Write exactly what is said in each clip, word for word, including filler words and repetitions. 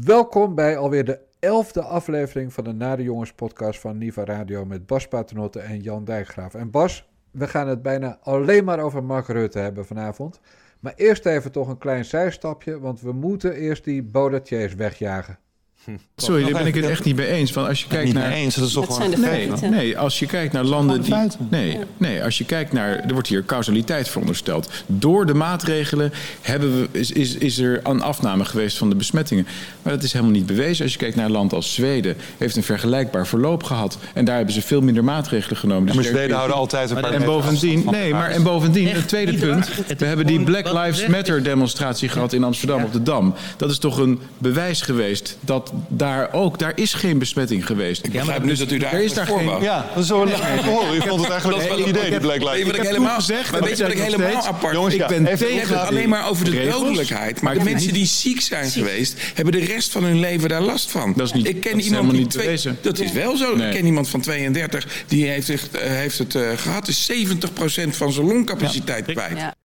Welkom bij alweer de elfde aflevering van de Nare Jongens podcast van Niva Radio met Bas Paternotte en Jan Dijkgraaf. En Bas, we gaan het bijna alleen maar over Mark Rutte hebben vanavond. Maar eerst even toch een klein zijstapje, want we moeten eerst die Baudet-Tjees wegjagen. Sorry, daar ben ik het echt niet mee eens. Want als je kijkt niet naar... mee eens, dat is toch Dat gewoon... zijn de Nee, feiten. nee, als je kijkt naar landen die... Nee, nee, als je kijkt naar... Er wordt hier causaliteit verondersteld. Door de maatregelen hebben we, is, is, is er een afname geweest van de besmettingen. Maar dat is helemaal niet bewezen. Als je kijkt naar een land als Zweden... heeft een vergelijkbaar verloop gehad. En daar hebben ze veel minder maatregelen genomen. Dus Maar er- Zweden houden altijd een paar En meter bovendien, afstand van nee, maar elkaar. en bovendien, het Echt tweede niet punt. waar. Het We is hebben die gewoon Black wat Lives gezegd Matter is. demonstratie gehad in Amsterdam op de Dam. Dat is toch een bewijs geweest dat daar ook, daar is geen besmetting geweest. Ik begrijp nu dat u daar Er is daar voor geen... wou. Ja, dat is zo leuk te horen. U vond het eigenlijk Dat een is goed wel- idee, die Black Nee, Lives wat ik heb helemaal, toegezegd, maar dat weet je wat ik zeg ik nog helemaal steeds. apart Jongens, vind? ja, Ik ben even- Je hebt het tegen alleen maar over de regels, dodelijkheid. Maar maar de ik vind mensen niet- die ziek zijn geweest... hebben de rest van hun leven daar last van. Dat is niet- ik ken dat is iemand helemaal die niet twee- bewezen. Dat is wel zo. Nee. Ik ken iemand van tweeëndertig... die heeft het, uh, heeft het uh, gehad. Is zeventig procent van zijn longcapaciteit kwijt. Ja.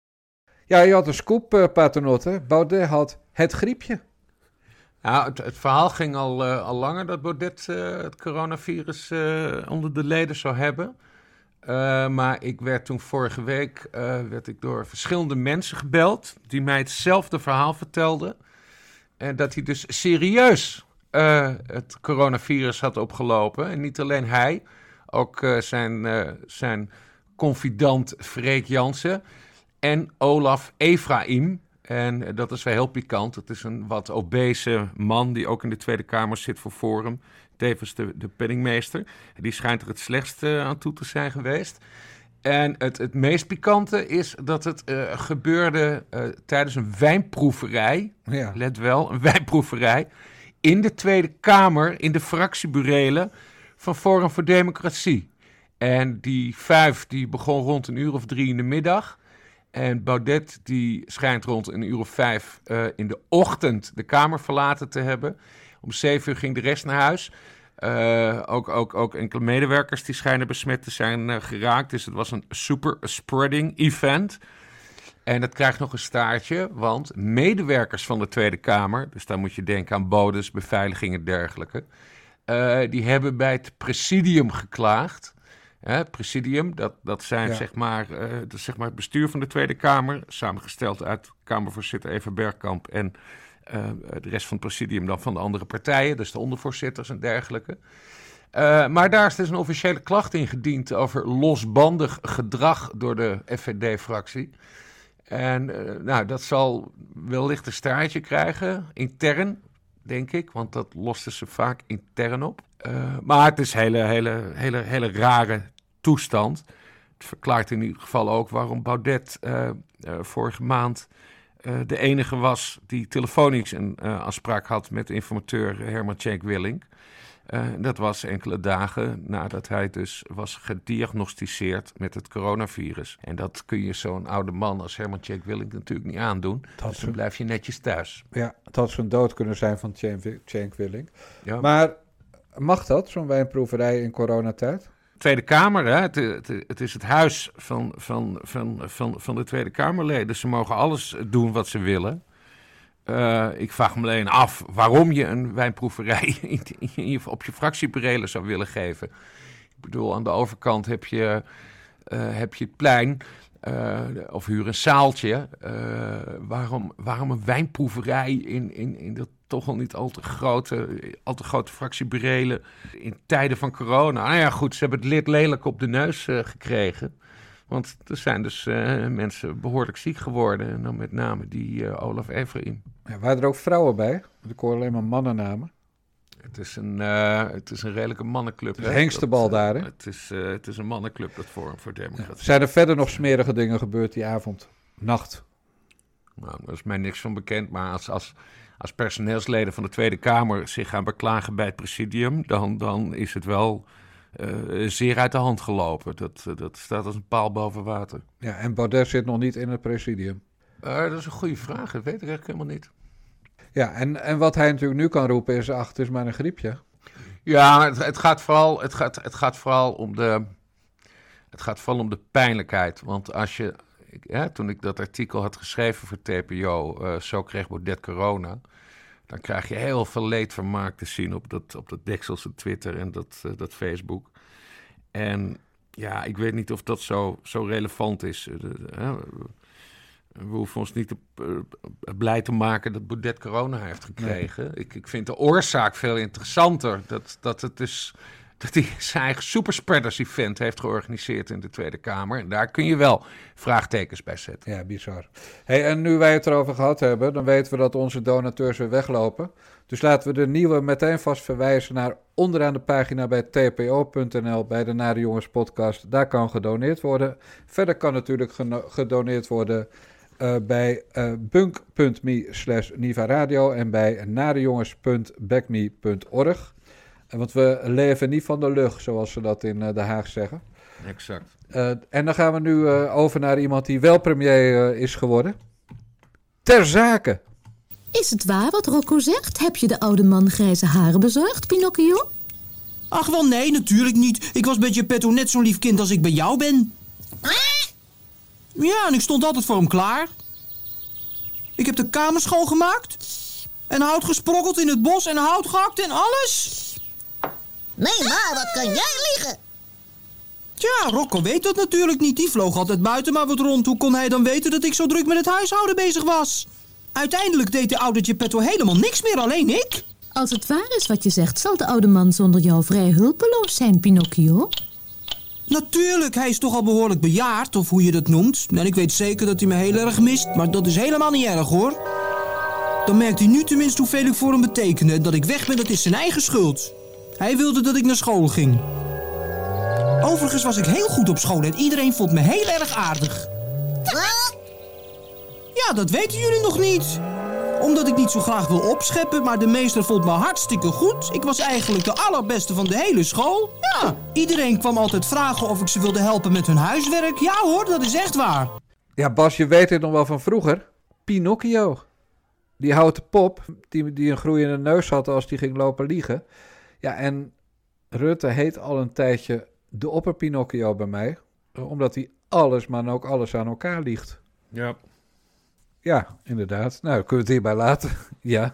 Ja, je had een scoop, uh, Paternotte. Baudet had het griepje. Ja, het, het verhaal ging al, uh, al langer dat Baudet uh, het coronavirus uh, onder de leden zou hebben. Uh, maar ik werd toen vorige week uh, werd ik door verschillende mensen gebeld die mij hetzelfde verhaal vertelden. En dat hij dus serieus uh, het coronavirus had opgelopen. En niet alleen hij, ook uh, zijn, uh, zijn confidant Freek Jansen en Olaf Efraim. En dat is wel heel pikant. Het is een wat obese man die ook in de Tweede Kamer zit voor Forum. Tevens de, de penningmeester. Die schijnt er het slechtst uh, aan toe te zijn geweest. En het, het meest pikante is dat het uh, gebeurde uh, tijdens een wijnproeverij. Ja. Let wel, een wijnproeverij. In de Tweede Kamer, in de fractieburelen van Forum voor Democratie. En die vijf die begon rond een uur of drie in de middag. En Baudet die schijnt rond een uur of vijf uh, in de ochtend de Kamer verlaten te hebben. Om zeven uur ging de rest naar huis. Uh, ook, ook, ook enkele medewerkers die schijnen besmet te zijn uh, geraakt. Dus het was een super spreading event. En dat krijgt nog een staartje, want medewerkers van de Tweede Kamer... dus daar moet je denken aan bodes, beveiliging en dergelijke... Uh, die hebben bij het presidium geklaagd. Hè, het presidium, dat, dat zijn Ja. zeg, maar, uh, dat is zeg maar het bestuur van de Tweede Kamer... samengesteld uit Kamervoorzitter Eva Bergkamp... en uh, de rest van het presidium dan van de andere partijen... dus de ondervoorzitters en dergelijke. Uh, maar daar is dus een officiële klacht ingediend... over losbandig gedrag door de F V D-fractie... En uh, nou, dat zal wellicht een staartje krijgen, intern, denk ik. Want dat losten ze vaak intern op. Uh, maar het is een hele, hele, hele, hele rare toestand. Het verklaart in ieder geval ook waarom Baudet uh, uh, vorige maand uh, de enige was... die telefonisch een uh, afspraak had met informateur Herman Tjenk Willink. Uh, dat was enkele dagen nadat hij dus was gediagnosticeerd met het coronavirus. En dat kun je zo'n oude man als Herman Tjenk Willink natuurlijk niet aandoen. Dat Dus dan blijf je netjes thuis. Ja, het had zo'n dood kunnen zijn van Cenk Willink. Ja. Maar mag dat, zo'n wijnproeverij in coronatijd? Tweede Kamer, hè? Het, het, het is het huis van, van, van, van, van de Tweede Kamerleden. Ze mogen alles doen wat ze willen. Uh, ik vraag me alleen af waarom je een wijnproeverij in, in je, op je fractieburelen zou willen geven. Ik bedoel, aan de overkant heb je, uh, heb je het plein uh, of huur een zaaltje. Uh, waarom, waarom een wijnproeverij in, in, in dat toch al niet al te grote, al te grote fractieburelen in tijden van corona? Nou ja, goed, ze hebben het lid lelijk op de neus uh, gekregen. Want er zijn dus uh, mensen behoorlijk ziek geworden. En dan met name die uh, Olaf Efraim. Ja, waren er ook vrouwen bij? Want ik hoor alleen maar mannennamen. Het is een, uh, het is een redelijke mannenclub. Het is hengstebal dat, daar, hè? Uh, het, is, uh, het is een mannenclub, dat Forum voor Democratie. Ja. Zijn er verder nog smerige dingen gebeurd die avond? Nacht? Nou, daar is mij niks van bekend. Maar als, als, als personeelsleden van de Tweede Kamer zich gaan beklagen bij het presidium... dan, dan is het wel... Uh, zeer uit de hand gelopen. Dat, uh, dat staat als een paal boven water. Ja, en Baudet zit nog niet in het presidium. Uh, dat is een goede vraag, dat weet ik eigenlijk helemaal niet. Ja, en, en wat hij natuurlijk nu kan roepen is... ach, het is maar een griepje. Ja, het, het, gaat vooral, het, gaat, het gaat vooral om de... Het gaat vooral om de pijnlijkheid. Want als je... Ja, toen ik dat artikel had geschreven voor T P O... Uh, zo kreeg Baudet corona... dan krijg je heel veel leedvermaak te zien op dat, op dat Dekselse Twitter en dat, uh, dat Facebook. En ja, ik weet niet of dat zo, zo relevant is. Uh, uh, we hoeven ons niet op, uh, blij te maken dat Baudet corona heeft gekregen. Nee. Ik, ik vind de oorzaak veel interessanter. Dat, dat het dus... dat hij zijn eigen superspreaders-event heeft georganiseerd in de Tweede Kamer. En daar kun je wel vraagtekens bij zetten. Ja, bizar. Hey, en nu wij het erover gehad hebben, dan weten we dat onze donateurs weer weglopen. Dus laten we de nieuwe meteen vast verwijzen naar onderaan de pagina bij t p o punt n l bij de Nare Jongens podcast. Daar kan gedoneerd worden. Verder kan natuurlijk geno- gedoneerd worden uh, bij uh, bunk punt m e slash niva radio en bij narejongens punt backme punt org. Want we leven niet van de lucht, zoals ze dat in uh, Den Haag zeggen. Exact. Uh, en dan gaan we nu uh, over naar iemand die wel premier uh, is geworden. Ter zake. Is het waar wat Rocco zegt? Heb je de oude man grijze haren bezorgd, Pinocchio? Ach, wel nee, natuurlijk niet. Ik was met Geppetto net zo'n lief kind als ik bij jou ben. Ja, en ik stond altijd voor hem klaar. Ik heb de kamer schoongemaakt. En hout gesprokkeld in het bos en hout gehakt en alles. Nee, maar wat kan jij liggen? Tja, Rocco weet dat natuurlijk niet. Die vloog altijd buiten maar wat rond. Hoe kon hij dan weten dat ik zo druk met het huishouden bezig was? Uiteindelijk deed de oude Geppetto helemaal niks meer, alleen ik. Als het waar is wat je zegt, zal de oude man zonder jou vrij hulpeloos zijn, Pinocchio? Natuurlijk, hij is toch al behoorlijk bejaard, of hoe je dat noemt. En ik weet zeker dat hij me heel erg mist, maar dat is helemaal niet erg, hoor. Dan merkt hij nu tenminste hoeveel ik voor hem betekende. En dat ik weg ben, dat is zijn eigen schuld. Hij wilde dat ik naar school ging. Overigens was ik heel goed op school en iedereen vond me heel erg aardig. Ja, dat weten jullie nog niet. Omdat ik niet zo graag wil opscheppen, maar de meester vond me hartstikke goed. Ik was eigenlijk de allerbeste van de hele school. Ja, iedereen kwam altijd vragen of ik ze wilde helpen met hun huiswerk. Ja hoor, dat is echt waar. Ja, Bas, je weet het nog wel van vroeger. Pinocchio. Die houten pop, die, die een groeiende neus had als die ging lopen liegen. Ja, en Rutte heet al een tijdje de opper Pinocchio bij mij. Omdat hij alles, maar ook alles aan elkaar liegt. Ja. Ja, inderdaad. Nou, kunnen we het hierbij laten. Ja.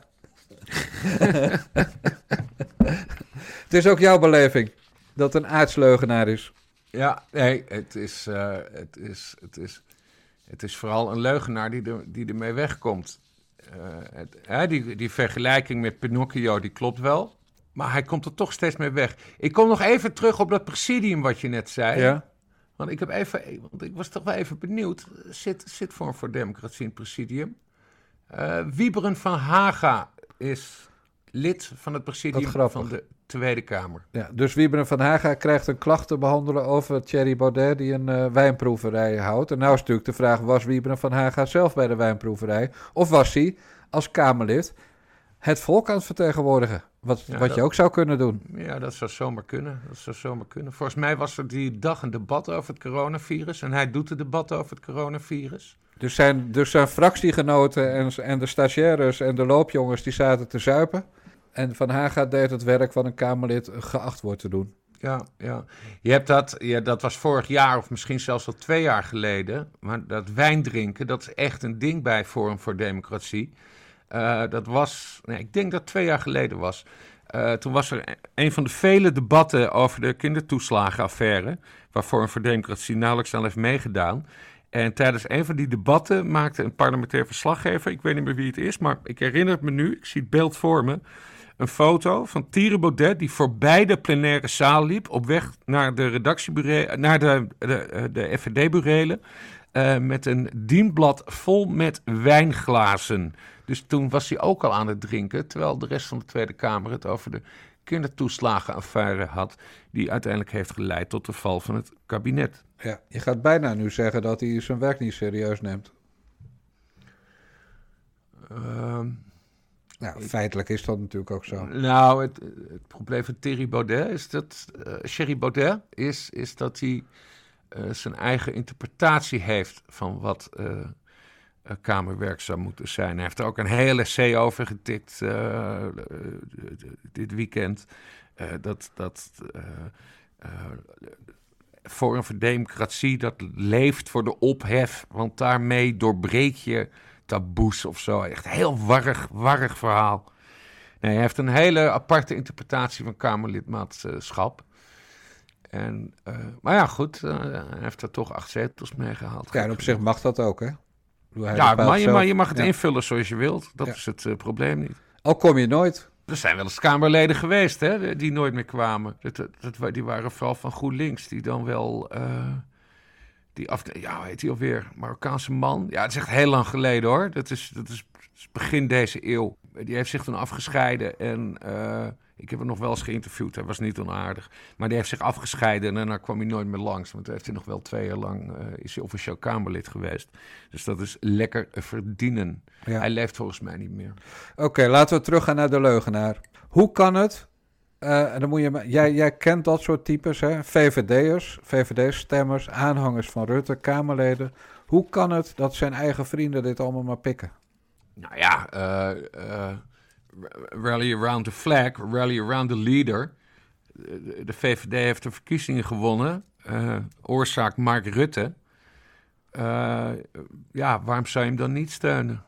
Het is ook jouw beleving dat een aardsleugenaar is. Ja, nee, het is, uh, het is, het is, het is vooral een leugenaar die, er, die ermee wegkomt. Uh, het, hè, die, die vergelijking met Pinocchio, die klopt wel. Maar hij komt er toch steeds mee weg. Ik kom nog even terug op dat presidium wat je net zei. Ja. Want ik, heb even, want ik was toch wel even benieuwd. Zit, zit Vorm voor Democratie in het presidium? Uh, Wieberen van Haga is lid van het presidium van de Tweede Kamer. Ja, dus Wieberen van Haga krijgt een klacht te behandelen over Thierry Baudet die een uh, wijnproeverij houdt. En nou is natuurlijk de vraag, was Wieberen van Haga zelf bij de wijnproeverij? Of was hij als Kamerlid het volk aan het vertegenwoordigen? Wat, ja, wat dat, je ook zou kunnen doen. Ja, dat zou zomaar kunnen. Dat zou zomaar kunnen. Volgens mij was er die dag een debat over het coronavirus. En hij doet het debat over het coronavirus. Dus zijn, dus zijn fractiegenoten en, en de stagiaires en de loopjongens die zaten te zuipen. En Van Haga deed het werk wat een Kamerlid geacht wordt te doen. Ja, ja. Je hebt dat, ja, dat was vorig jaar of misschien zelfs al twee jaar geleden. Maar dat wijn drinken, dat is echt een ding bij Forum voor Democratie. Uh, dat was, nee, ik denk dat het twee jaar geleden was. Uh, toen was er een van de vele debatten over de kindertoeslagenaffaire, waar Forum voor Democratie nauwelijks aan heeft meegedaan. En tijdens een van die debatten maakte een parlementair verslaggever, ik weet niet meer wie het is, maar ik herinner het me nu, ik zie het beeld voor me, een foto van Thierry Baudet die voorbij de plenaire zaal liep, op weg naar de redactieburelen, naar de, de, de F V D-burelen, uh, met een dienblad vol met wijnglazen. Dus toen was hij ook al aan het drinken, terwijl de rest van de Tweede Kamer het over de kindertoeslagenaffaire had, die uiteindelijk heeft geleid tot de val van het kabinet. Ja, je gaat bijna nu zeggen dat hij zijn werk niet serieus neemt. Uh, nou, ik, feitelijk is dat natuurlijk ook zo. Nou, het, het probleem van Thierry Baudet is dat, uh, Thierry Baudet is, is dat hij uh, zijn eigen interpretatie heeft van wat Uh, Uh, kamerwerk zou moeten zijn. Hij heeft er ook een hele essay over getikt uh, uh, dit weekend. Uh, dat dat uh, uh, Forum voor Democratie, dat leeft voor de ophef, want daarmee doorbreek je taboes of zo. Echt heel warrig, warrig verhaal. Nee, hij heeft een hele aparte interpretatie van Kamerlidmaatschap. En, uh, maar ja, goed, uh, hij heeft er toch acht zetels mee gehaald. Ja, en op zich mag dat ook, hè? Ja, maar je, maar je mag het ja. invullen zoals je wilt. Dat ja. is het uh, probleem niet. Al kom je nooit. Er zijn wel eens Kamerleden geweest, hè, die nooit meer kwamen. Dat, dat, dat, die waren vooral van GroenLinks, die dan wel... Uh, die af, ja, hoe heet die alweer? Marokkaanse man. Ja, het is echt heel lang geleden, hoor. Dat is, dat is, dat is begin deze eeuw. Die heeft zich toen afgescheiden en... Uh, ik heb hem nog wel eens geïnterviewd, hij was niet onaardig. Maar die heeft zich afgescheiden en daarna kwam hij nooit meer langs. Want toen heeft hij nog wel twee jaar lang, uh, is hij officieel Kamerlid geweest. Dus dat is lekker verdienen. Ja. Hij leeft volgens mij niet meer. Oké, okay, laten we teruggaan naar de leugenaar. Hoe kan het, uh, en dan moet je, jij, jij kent dat soort types, hè? V V D'ers, V V D-stemmers, aanhangers van Rutte, Kamerleden. Hoe kan het dat zijn eigen vrienden dit allemaal maar pikken? Nou ja, uh, uh, rally around the flag, rally around the leader. De, de V V D heeft de verkiezingen gewonnen. Uh, oorzaak Mark Rutte. Uh, ja, waarom zou je hem dan niet steunen?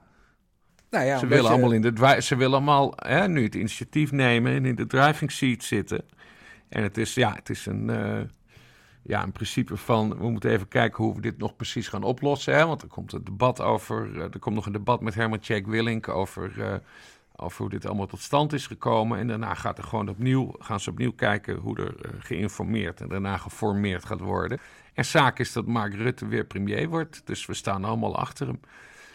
Nou ja, ze, willen je... allemaal in de, ze willen allemaal hè, nu het initiatief nemen en in de driving seat zitten. En het is, ja, het is een, uh, ja, een principe van... we moeten even kijken hoe we dit nog precies gaan oplossen. Hè? Want er komt een debat over... Uh, er komt nog een debat met Herman Tjeck Willink over... Uh, over hoe dit allemaal tot stand is gekomen. En daarna gaat er gewoon opnieuw, gaan ze opnieuw kijken hoe er uh, geïnformeerd en daarna geformeerd gaat worden. En zaak is dat Mark Rutte weer premier wordt. Dus we staan allemaal achter hem.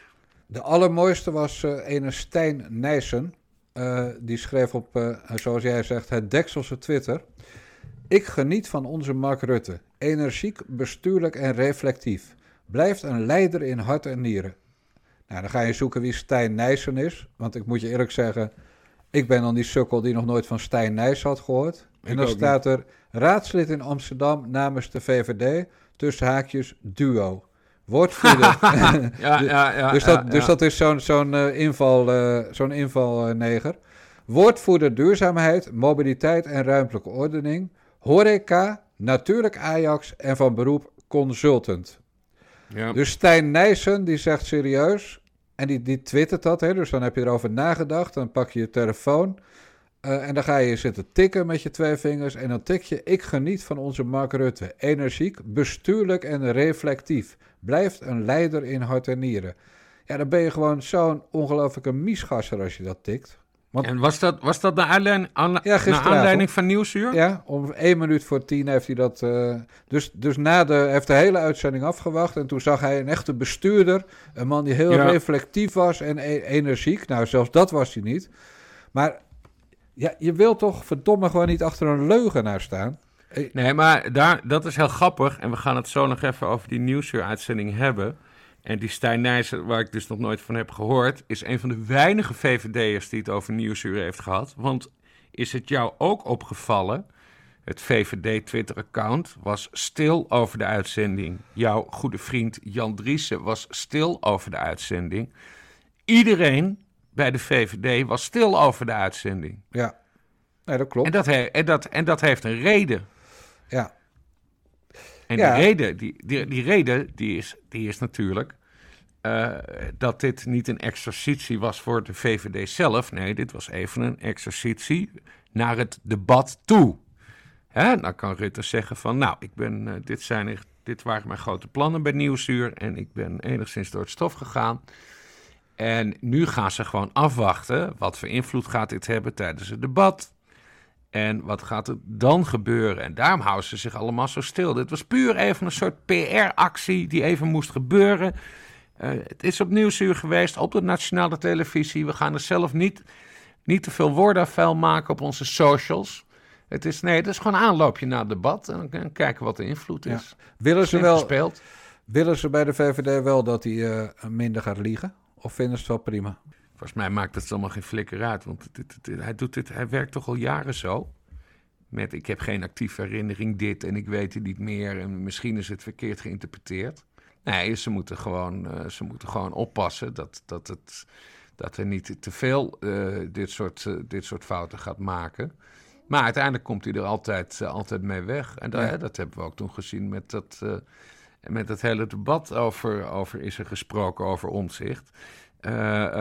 De allermooiste was uh, ene Stijn Nijssen. Uh, die schreef op, uh, zoals jij zegt, het Dekselse Twitter. Ik geniet van onze Mark Rutte. Energiek, bestuurlijk en reflectief. Blijft een leider in hart en nieren. Nou, dan ga je zoeken wie Stijn Nijssen is. Want ik moet je eerlijk zeggen, ik ben dan die sukkel die nog nooit van Stijn Nijssen had gehoord. En dan staat er raadslid in Amsterdam namens de V V D, tussen haakjes duo. Woordvoerder. ja, ja, ja, dus, dat, ja, ja. dus dat is zo'n, zo'n uh, inval, uh, zo'n invalneger. Uh, Woordvoerder duurzaamheid, mobiliteit en ruimtelijke ordening. Horeca, natuurlijk Ajax en van beroep consultant. Ja. Dus Stijn Nijssen, die zegt serieus, en die, die twittert dat, hè, dus dan heb je erover nagedacht, dan pak je je telefoon uh, en dan ga je zitten tikken met je twee vingers en dan tik je, ik geniet van onze Mark Rutte, energiek, bestuurlijk en reflectief, blijft een leider in hart en nieren. Ja, dan ben je gewoon zo'n ongelofelijke miesgasser als je dat tikt. Want, en was dat, was dat naar aanleiding, aan, ja, naar aanleiding van Nieuwsuur? Ja, om één minuut voor tien heeft hij dat... Uh, dus dus na de, heeft de hele uitzending afgewacht. En toen zag hij een echte bestuurder. Een man die heel ja. reflectief was en e- energiek. Nou, zelfs dat was hij niet. Maar ja, je wilt toch verdomme gewoon niet achter een leugenaar staan? Nee, maar daar, dat is heel grappig. En we gaan het zo nog even over die Nieuwsuur-uitzending hebben... En die Stijn Nijssen, waar ik dus nog nooit van heb gehoord... is een van de weinige V V D'ers die het over Nieuwsuur heeft gehad. Want is het jou ook opgevallen... het V V D-Twitter-account was stil over de uitzending. Jouw goede vriend Jan Driessen was stil over de uitzending. Iedereen bij de V V D was stil over de uitzending. Ja, nee, dat klopt. En dat, he- en dat, en dat heeft een reden. Ja. En ja. die reden, die, die, die reden die is, die is natuurlijk uh, dat dit niet een exercitie was voor de V V D zelf. Nee, dit was even een exercitie naar het debat toe. Hè? Dan kan Rutte zeggen van, nou, ik ben, uh, dit, zijn er, dit waren mijn grote plannen bij Nieuwsuur en ik ben enigszins door het stof gegaan. En nu gaan ze gewoon afwachten, wat voor invloed gaat dit hebben tijdens het debat. En wat gaat er dan gebeuren? En daarom houden ze zich allemaal zo stil. Dit was puur even een soort P R-actie die even moest gebeuren. Uh, het is op Nieuwsuur geweest, op de nationale televisie. We gaan er zelf niet, niet te veel woorden vuil maken op onze socials. Het is, nee, het is gewoon een aanloopje naar het debat. En dan kijken wat de invloed is. Ja. Willen, ze wel, willen ze bij de V V D wel dat hij uh, minder gaat liegen? Of vinden ze het wel prima? Volgens mij maakt het allemaal geen flikker uit, want dit, dit, hij, doet dit, hij werkt toch al jaren zo. Met ik heb geen actieve herinnering dit en ik weet het niet meer en misschien is het verkeerd geïnterpreteerd. Nee, ze moeten gewoon, uh, ze moeten gewoon oppassen dat, dat, het, dat er niet te veel uh, dit, soort, uh, dit soort fouten gaat maken. Maar uiteindelijk komt hij er altijd, uh, altijd mee weg. En dat, ja. dat hebben we ook toen gezien met dat, uh, met dat hele debat over, over is er gesproken over Omtzigt. Uh, uh,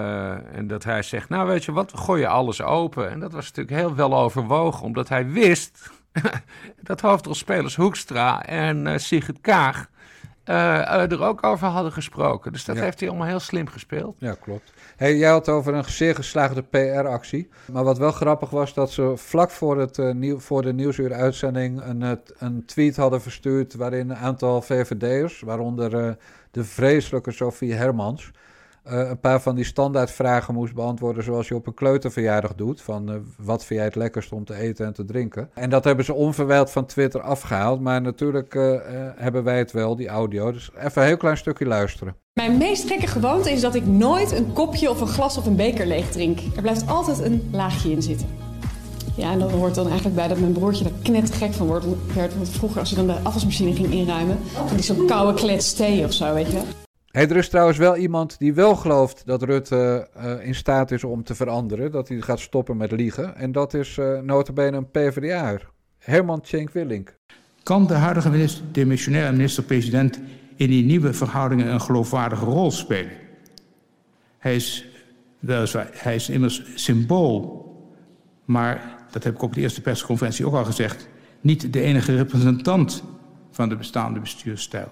en dat hij zegt, nou weet je wat, we gooien alles open. En dat was natuurlijk heel wel overwogen, omdat hij wist dat hoofdrolspelers Hoekstra en uh, Sigrid Kaag uh, uh, er ook over hadden gesproken. Dus dat ja. heeft hij allemaal heel slim gespeeld. Ja, klopt. Hey, jij had over een zeer geslaagde P R-actie. Maar wat wel grappig was, dat ze vlak voor, het, uh, nieuw, voor de Nieuwsuur-uitzending een, een tweet hadden verstuurd waarin een aantal V V D'ers, waaronder uh, de vreselijke Sophie Hermans, Uh, een paar van die standaardvragen moest beantwoorden zoals je op een kleuterverjaardag doet. Van uh, wat vind jij het lekkerst om te eten en te drinken. En dat hebben ze onverwijld van Twitter afgehaald. Maar natuurlijk uh, uh, hebben wij het wel, die audio. Dus even een heel klein stukje luisteren. Mijn meest gekke gewoonte is dat ik nooit een kopje of een glas of een beker leeg drink. Er blijft altijd een laagje in zitten. Ja, en dat hoort dan eigenlijk bij dat mijn broertje daar knettergek van wordt. Want vroeger als hij dan de afwasmachine ging inruimen, dan die zo'n koude klets thee of zo, weet je. Hey, er is trouwens wel iemand die wel gelooft dat Rutte uh, in staat is om te veranderen. Dat hij gaat stoppen met liegen. En dat is uh, nota bene een P v d A'er. Herman Tjenk Willink. Kan de huidige minister, demissionaire minister-president in die nieuwe verhoudingen een geloofwaardige rol spelen? Hij is, weliswaar, hij is immers symbool. Maar, dat heb ik op de eerste persconferentie ook al gezegd, niet de enige representant van de bestaande bestuursstijl.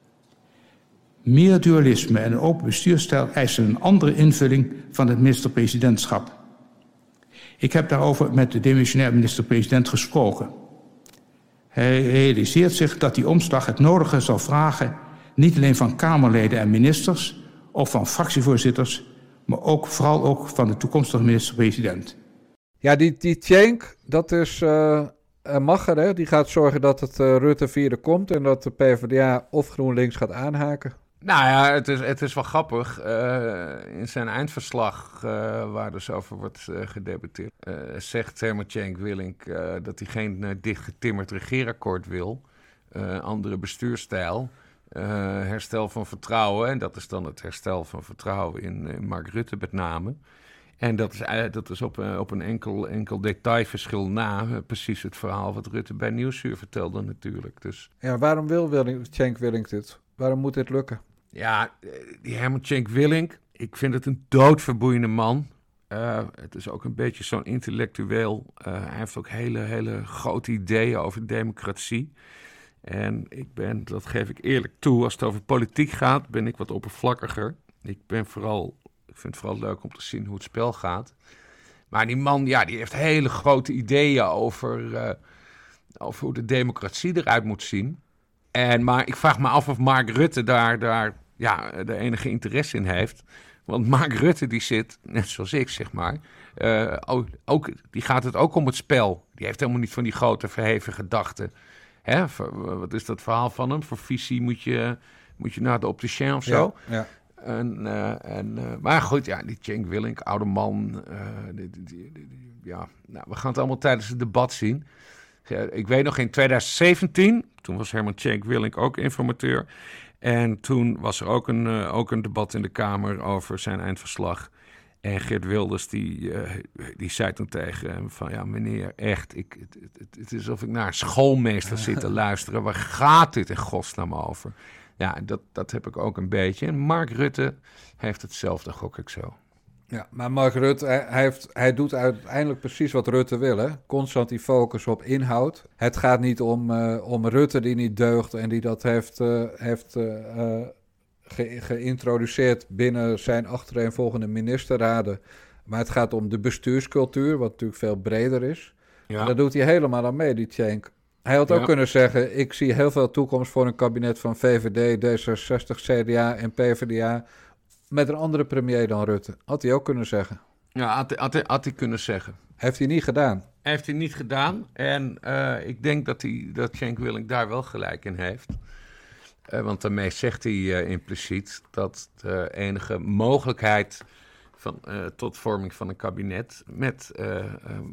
Meer dualisme en een open bestuursstijl eisen een andere invulling van het minister-presidentschap. Ik heb daarover met de demissionair minister-president gesproken. Hij realiseert zich dat die omslag het nodige zal vragen, niet alleen van Kamerleden en ministers of van fractievoorzitters, maar ook vooral ook van de toekomstige minister-president. Ja, die, die Tjenk, dat is uh, Magger, hè? Die gaat zorgen dat het uh, Rutte vierde komt en dat de P v d A of GroenLinks gaat aanhaken. Nou ja, het is, het is wel grappig. Uh, in zijn eindverslag, uh, waar dus over wordt uh, gedebatteerd, uh, zegt Herman Tjenk Willink uh, dat hij geen uh, dichtgetimmerd regeerakkoord wil. Uh, andere bestuurstijl, uh, herstel van vertrouwen. En dat is dan het herstel van vertrouwen in, in Mark Rutte met name. En dat is, uh, dat is op, uh, op een enkel, enkel detailverschil na uh, precies het verhaal wat Rutte bij Nieuwsuur vertelde natuurlijk. Dus. Ja, waarom wil Willink, Tjenk Willink dit? Waarom moet dit lukken? Ja, die Herman Tjenk Willink, ik vind het een doodverboeiende man. Uh, het is ook een beetje zo'n intellectueel. Uh, hij heeft ook hele, hele grote ideeën over democratie. En ik ben, dat geef ik eerlijk toe, als het over politiek gaat, ben ik wat oppervlakkiger. Ik ben vooral, ik vind het vooral leuk om te zien hoe het spel gaat. Maar die man, ja, die heeft hele grote ideeën over, uh, over hoe de democratie eruit moet zien. En, maar ik vraag me af of Mark Rutte daar, daar ja, de enige interesse in heeft. Want Mark Rutte die zit, net zoals ik zeg maar, uh, ook, ook, die gaat het ook om het spel. Die heeft helemaal niet van die grote verheven gedachten. Hè? Voor, wat is dat verhaal van hem? Voor visie moet je, moet je naar de opticien of zo. Ja, ja. En, uh, en, uh, maar goed, ja, die Tjenk Willink, oude man. Uh, die, die, die, die, ja, nou, we gaan het allemaal tijdens het debat zien. Ik weet nog in twintig zeventien, toen was Herman Tjenk Willink ook informateur. En toen was er ook een, uh, ook een debat in de Kamer over zijn eindverslag. En Geert Wilders die, uh, die zei toen tegen hem van, ja meneer, echt, ik, het, het, het is alsof ik naar een schoolmeester zit te luisteren. Waar gaat dit in godsnaam over? Ja, dat, dat heb ik ook een beetje. En Mark Rutte heeft hetzelfde, gok ik zo. Ja, maar Mark Rutte, hij, heeft, hij doet uiteindelijk precies wat Rutte wil, hè? Constant die focus op inhoud. Het gaat niet om, uh, om Rutte die niet deugt en die dat heeft, uh, heeft uh, uh, ge- geïntroduceerd binnen zijn achtereenvolgende ministerraden. Maar het gaat om de bestuurscultuur, wat natuurlijk veel breder is. Ja. En daar doet hij helemaal aan mee, die Tjenk. Hij had ook ja. kunnen zeggen, ik zie heel veel toekomst voor een kabinet van V V D, D zesenzestig, C D A en P v d A... met een andere premier dan Rutte. Had hij ook kunnen zeggen. Ja, had, had, had hij kunnen zeggen. Heeft hij niet gedaan. Heeft hij niet gedaan. En uh, ik denk dat, hij, dat Tjenk Willink daar wel gelijk in heeft. Uh, want daarmee zegt hij uh, impliciet dat de enige mogelijkheid van, uh, tot vorming van een kabinet met uh, uh,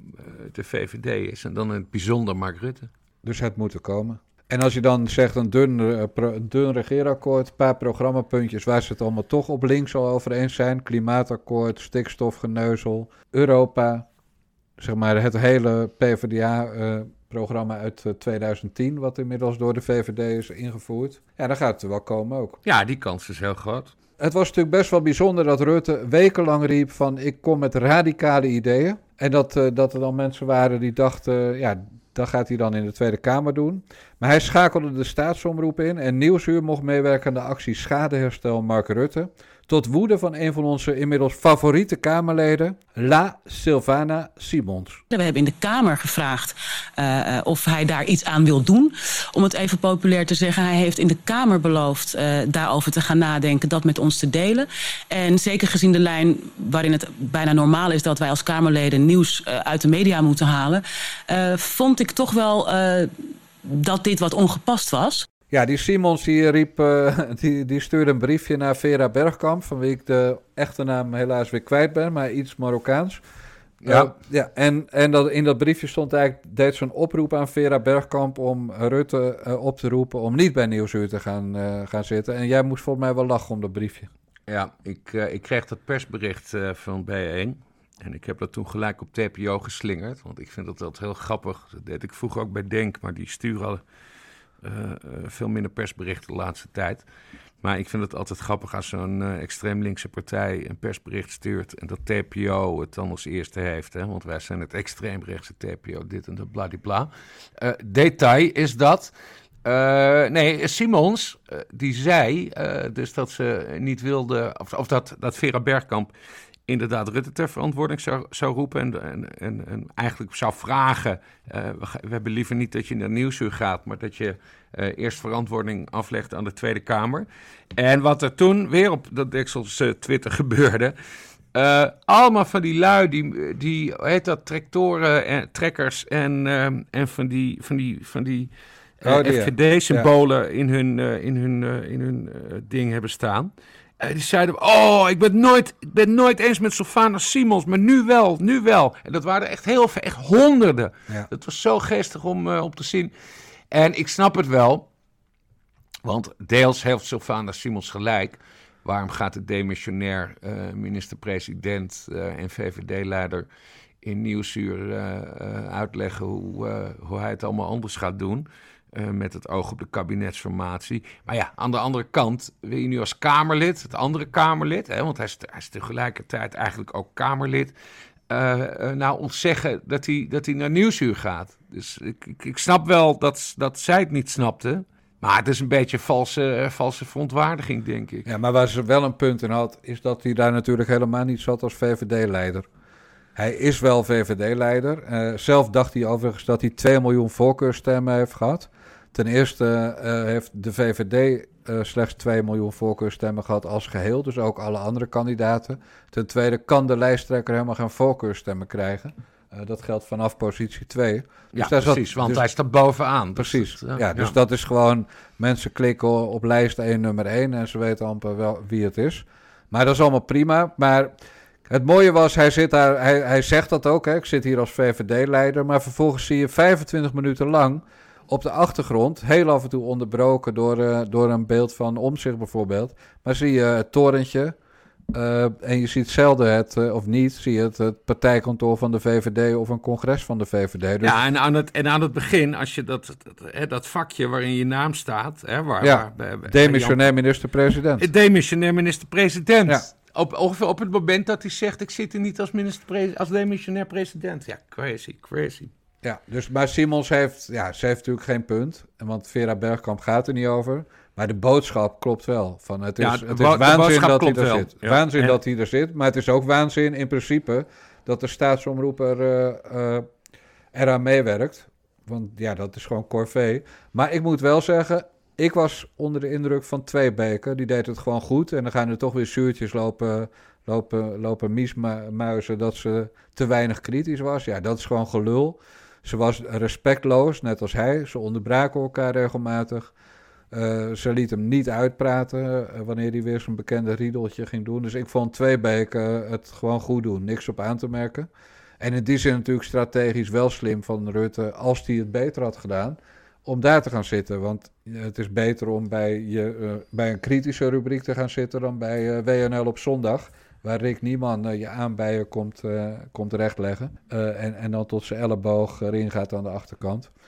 de V V D is. En dan in het bijzonder Mark Rutte. Dus het moet er komen. En als je dan zegt een dun, uh, pro, een dun regeerakkoord, een paar programmapuntjes waar ze het allemaal toch op links al over eens zijn. Klimaatakkoord, stikstofgeneuzel, Europa. Zeg maar het hele P v d A-programma uh, uit uh, twintig tien, wat inmiddels door de V V D is ingevoerd. Ja, dan gaat het er wel komen ook. Ja, die kans is heel groot. het was natuurlijk best wel bijzonder dat Rutte wekenlang riep van ik kom met radicale ideeën. En dat, uh, dat er dan mensen waren die dachten, ja, dat gaat hij dan in de Tweede Kamer doen. Maar hij schakelde de staatsomroep in en Nieuwsuur mocht meewerken aan de actie Schadeherstel Mark Rutte. Tot woede van een van onze inmiddels favoriete Kamerleden, La Sylvana Simons. We hebben in de Kamer gevraagd uh, of hij daar iets aan wil doen. Om het even populair te zeggen, hij heeft in de Kamer beloofd uh, daarover te gaan nadenken, dat met ons te delen. En zeker gezien de lijn waarin het bijna normaal is dat wij als Kamerleden nieuws uh, uit de media moeten halen, uh, vond ik toch wel uh, dat dit wat ongepast was. Ja, die Simons die riep, uh, die, die stuurde een briefje naar Vera Bergkamp, van wie ik de echte naam helaas weer kwijt ben, maar iets Marokkaans. Ja. Uh, ja, en en dat, in dat briefje stond eigenlijk, deed ze een oproep aan Vera Bergkamp om Rutte uh, op te roepen om niet bij Nieuwsuur te gaan, uh, gaan zitten. En jij moest volgens mij wel lachen om dat briefje. Ja, ik, uh, ik kreeg dat persbericht uh, van B één. En ik heb dat toen gelijk op T P O geslingerd, want ik vind dat altijd heel grappig. Dat deed ik vroeger ook bij Denk, maar die sturen al uh, uh, veel minder persberichten de laatste tijd. Maar ik vind het altijd grappig als zo'n uh, extreem linkse partij een persbericht stuurt en dat T P O het dan als eerste heeft. Hè? Want wij zijn het extreemrechtse T P O, dit en dat, bladibla. Uh, detail is dat... Uh, nee, Simons, uh, die zei uh, dus dat ze niet wilde, of, of dat, dat Vera Bergkamp inderdaad Rutte ter verantwoording zou, zou roepen en, en, en, en eigenlijk zou vragen, uh, we, we hebben liever niet dat je naar Nieuwsuur gaat, maar dat je uh, eerst verantwoording aflegt aan de Tweede Kamer. En wat er toen weer op dat Dekselse Twitter gebeurde, uh, allemaal van die lui, die, die hoe heet dat, tractoren en trekkers en, uh, en van die, van die, van die uh, oh, F V D-symbolen ja. in hun, uh, in hun, uh, in hun uh, ding hebben staan. Uh, die zeiden, oh, ik ben nooit, ik ben nooit eens met Sylvana Simons, maar nu wel, nu wel. En dat waren er echt heel veel, echt honderden. Ja. Dat was zo geestig om, uh, om te zien. En ik snap het wel, want deels heeft Sylvana Simons gelijk. Waarom gaat de demissionair uh, minister-president uh, en V V D-leider in Nieuwsuur uh, uh, uitleggen hoe, uh, hoe hij het allemaal anders gaat doen? Uh, met het oog op de kabinetsformatie. Maar ja, aan de andere kant wil je nu als Kamerlid, het andere Kamerlid, hè, want hij is, hij is tegelijkertijd eigenlijk ook Kamerlid, uh, uh, nou ontzeggen dat hij, dat hij naar Nieuwsuur gaat. Dus ik, ik, ik snap wel dat, dat zij het niet snapte. Maar het is een beetje valse, uh, valse verontwaardiging, denk ik. Ja, maar waar ze wel een punt in had, is dat hij daar natuurlijk helemaal niet zat als V V D-leider. Hij is wel V V D-leider. Uh, zelf dacht hij overigens dat hij twee miljoen voorkeurstemmen heeft gehad. Ten eerste uh, heeft de V V D uh, slechts twee miljoen voorkeurstemmen gehad als geheel. Dus ook alle andere kandidaten. Ten tweede kan de lijsttrekker helemaal geen voorkeurstemmen krijgen. Uh, dat geldt vanaf positie twee. Dus ja, precies, zat, want dus, hij staat bovenaan. Precies, dus, uh, ja, dus ja. dat is gewoon... Mensen klikken op lijst één, nummer één en ze weten amper wel wie het is. Maar dat is allemaal prima. Maar het mooie was, hij, zit daar, hij, hij zegt dat ook. Hè, ik zit hier als V V D-leider. Maar vervolgens zie je vijfentwintig minuten lang op de achtergrond, heel af en toe onderbroken door, uh, door een beeld van Omtzigt bijvoorbeeld. Maar zie je het torentje uh, en je ziet zelden het, uh, of niet, zie je het, het partijkantoor van de V V D of een congres van de V V D. Dus ja, en aan, het, en aan het begin, als je dat, dat, dat vakje waarin je naam staat, hè, waar, ja, waar, waar, demissionair minister-president. Demissionair minister-president. Ja. Op, ongeveer op het moment dat hij zegt, ik zit er niet als, minister als demissionair president. Ja, crazy, crazy. Ja, dus, maar Simons heeft, ja, ze heeft natuurlijk geen punt, want Vera Bergkamp gaat er niet over. Maar de boodschap klopt wel. Van het is, ja, het is waanzin dat hij er wel. zit. Ja. Waanzin ja. dat hij er zit, maar het is ook waanzin in principe dat de staatsomroep er, uh, uh, eraan meewerkt. Want ja, dat is gewoon corvée. Maar ik moet wel zeggen, ik was onder de indruk van Tweebeke. Die deed het gewoon goed. En dan gaan er toch weer zuurtjes lopen, lopen, lopen miesmuizen dat ze te weinig kritisch was. Ja, dat is gewoon gelul. Ze was respectloos, net als hij. Ze onderbraken elkaar regelmatig. Uh, ze liet hem niet uitpraten uh, wanneer hij weer zijn bekende riedeltje ging doen. Dus ik vond Tweebeke uh, het gewoon goed doen. Niks op aan te merken. En in die zin natuurlijk strategisch wel slim van Rutte, als hij het beter had gedaan, om daar te gaan zitten. Want het is beter om bij, je, uh, bij een kritische rubriek te gaan zitten dan bij uh, W N L op zondag, waar Rick Nieman uh, je aanbijen komt, uh, komt rechtleggen. Uh, en, en dan tot zijn elleboog erin gaat aan de achterkant.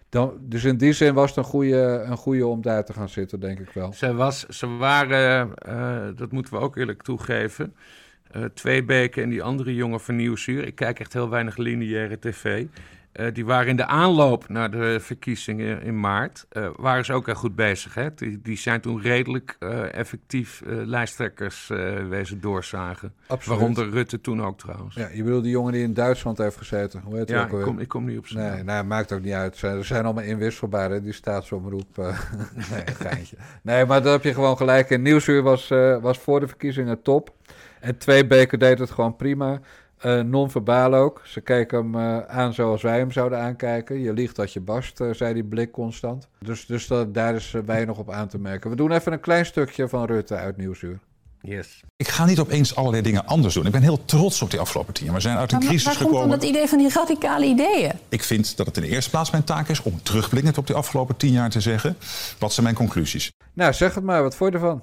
Dan, dus in die zin was het een goede, een goede om daar te gaan zitten, denk ik wel. Ze, was, ze waren, uh, dat moeten we ook eerlijk toegeven, uh, Twee Beken en die andere jongen van Nieuwsuur. Ik kijk echt heel weinig lineaire tv. Uh, die waren in de aanloop naar de verkiezingen in maart, uh, waren ze ook heel goed bezig. Hè? Die, die zijn toen redelijk uh, effectief uh, lijsttrekkers uh, wezen doorzagen. Absoluut. Waaronder Rutte toen ook trouwens. Ja, je bedoelt die jongen die in Duitsland heeft gezeten. Hoe heet ja, ook ik, kom, ik kom niet op zijn Nee, naam. nou, maakt ook niet uit. Ze zijn allemaal inwisselbaar, hè? Die staatsomroep. Uh, nee, geintje. Nee, maar daar heb je gewoon gelijk in. Nieuwsuur was, uh, was voor de verkiezingen top. En Twee Beken deed het gewoon prima. Uh, non-verbaal ook. Ze keken hem uh, aan zoals wij hem zouden aankijken. Je liegt dat je barst, uh, zei die blik constant. Dus, dus dat, daar is uh, weinig op aan te merken. We doen even een klein stukje van Rutte uit Nieuwsuur. Yes. Ik ga niet opeens allerlei dingen anders doen. Ik ben heel trots op die afgelopen tien jaar. We zijn uit een maar crisis waar gekomen. Waar komt dan dat idee van die radicale ideeën? Ik vind dat het in de eerste plaats mijn taak is om terugblikkend op die afgelopen tien jaar te zeggen. Wat zijn mijn conclusies? Nou, zeg het maar. Wat vond je ervan?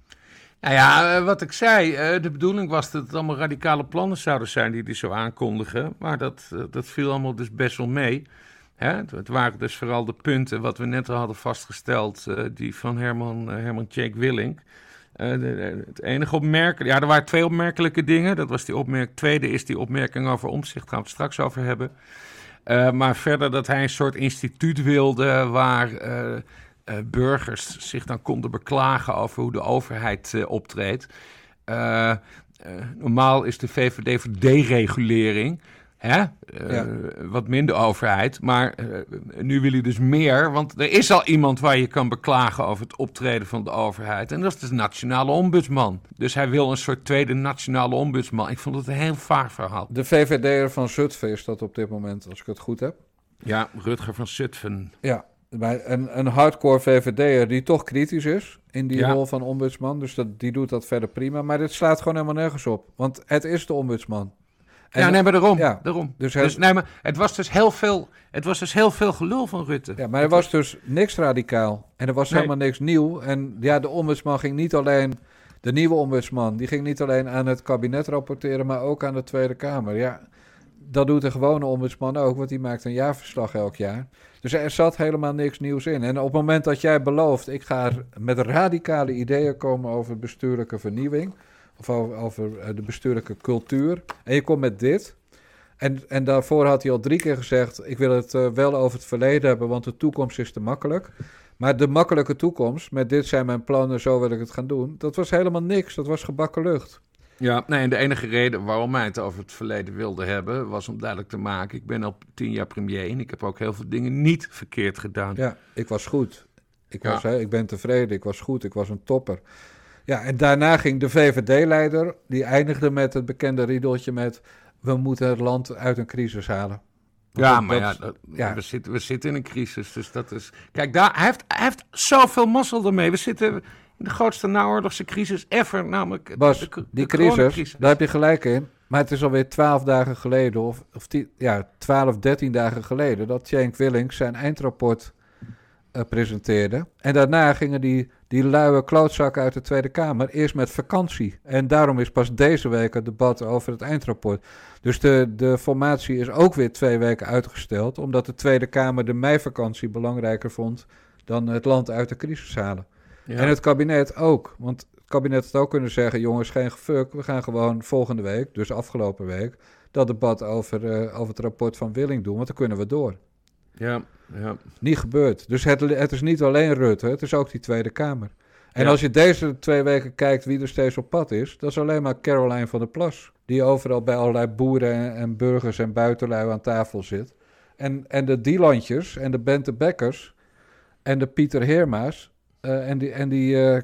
Nou ja, wat ik zei, de bedoeling was dat het allemaal radicale plannen zouden zijn die die zo aankondigen. Maar dat, dat viel allemaal dus best wel mee. Hè? Het waren dus vooral de punten wat we net al hadden vastgesteld, die van Herman, Herman Tjeek Willink. Uh, de, de, het enige opmerkelijke, ja, er waren twee opmerkelijke dingen. Dat was die opmerking. Tweede is die opmerking over Omtzigt, daar gaan we het straks over hebben. Uh, maar verder dat hij een soort instituut wilde waar uh, uh, burgers zich dan konden beklagen over hoe de overheid uh, optreedt. Uh, uh, normaal is de V V D voor deregulering. Hè? Uh, ja. Wat minder overheid. Maar uh, nu wil hij dus meer. Want er is al iemand waar je kan beklagen over het optreden van de overheid. En dat is de nationale ombudsman. Dus hij wil een soort tweede nationale ombudsman. Ik vond het een heel vaag verhaal. De V V D'er van Zutphen is dat op dit moment, als ik het goed heb. Ja, Rutger van Zutphen. Ja, een, een hardcore V V D'er die toch kritisch is in die ja. rol van ombudsman. Dus dat, die doet dat verder prima. Maar dit slaat gewoon helemaal nergens op. Want het is de ombudsman. En ja, nee, maar daarom. Ja, daarom. Dus, dus, het, nee, maar het was dus heel veel, het was dus heel veel gelul van Rutte. Ja, maar er was dus niks radicaal. En er was nee. helemaal niks nieuw. En ja, de ombudsman ging niet alleen, de nieuwe ombudsman, die ging niet alleen aan het kabinet rapporteren, maar ook aan de Tweede Kamer. Ja, dat doet de gewone ombudsman ook, want die maakt een jaarverslag elk jaar. Dus er zat helemaal niks nieuws in. En op het moment dat jij belooft, ik ga met radicale ideeën komen over bestuurlijke vernieuwing, of over, over de bestuurlijke cultuur. En je komt met dit. En, en daarvoor had hij al drie keer gezegd, ik wil het uh, wel over het verleden hebben, want de toekomst is te makkelijk. Maar de makkelijke toekomst, met dit zijn mijn plannen, zo wil ik het gaan doen, dat was helemaal niks. Dat was gebakken lucht. Ja, nee, en de enige reden waarom hij het over het verleden wilde hebben, was om duidelijk te maken, ik ben al tien jaar premier en ik heb ook heel veel dingen niet verkeerd gedaan. Ja, ik was goed. Ik, was, ja. hè, ik ben tevreden, ik was goed, ik was een topper. Ja, en daarna ging de V V D-leider, die eindigde met het bekende riedeltje met, we moeten het land uit een crisis halen. Want ja, dat, maar dat, ja, dat, ja. We, zitten, we zitten in een crisis, dus dat is... Kijk, daar, hij, heeft, hij heeft zoveel mazzel ermee. We zitten in de grootste naoorlogse crisis ever, namelijk Bas, de, de, die de crisis, daar heb je gelijk in. Maar het is alweer twaalf dagen geleden, of, of die, ja, twaalf, dertien dagen geleden, dat Tjenk Willink zijn eindrapport uh, presenteerde. En daarna gingen die, die luie klootzakken uit de Tweede Kamer eerst met vakantie. En daarom is pas deze week het debat over het eindrapport. Dus de, de formatie is ook weer twee weken uitgesteld, omdat de Tweede Kamer de meivakantie belangrijker vond dan het land uit de crisis halen. Ja. En het kabinet ook, want het kabinet had ook kunnen zeggen, jongens, geen gefuk, we gaan gewoon volgende week, dus afgelopen week, dat debat over, uh, over het rapport van Willink doen, want dan kunnen we door. Ja, ja. Niet gebeurd. Dus het, het is niet alleen Rutte, het is ook die Tweede Kamer. En ja. als je deze twee weken kijkt wie er steeds op pad is, dat is alleen maar Caroline van der Plas, die overal bij allerlei boeren en, en burgers en buitenlui aan tafel zit. En, en de Dielandjes en de Bente Bekkers en de Pieter Heerma's uh, en die, en die uh,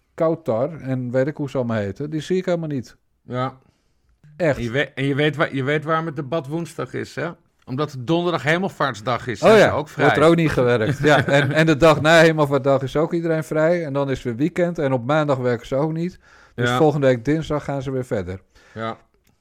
Kautar en weet ik hoe ze allemaal heten, die zie ik helemaal niet. Ja. Echt. En je weet, en je weet, waar, je weet waarom het debat woensdag is, hè? Omdat het donderdag Hemelvaartsdag is. Oh ja, ook vrij. wordt er ook niet gewerkt. Ja, en, en de dag na Hemelvaartsdag is ook iedereen vrij. En dan is het weer weekend. En op maandag werken ze ook niet. Dus ja. volgende week dinsdag gaan ze weer verder. Ja.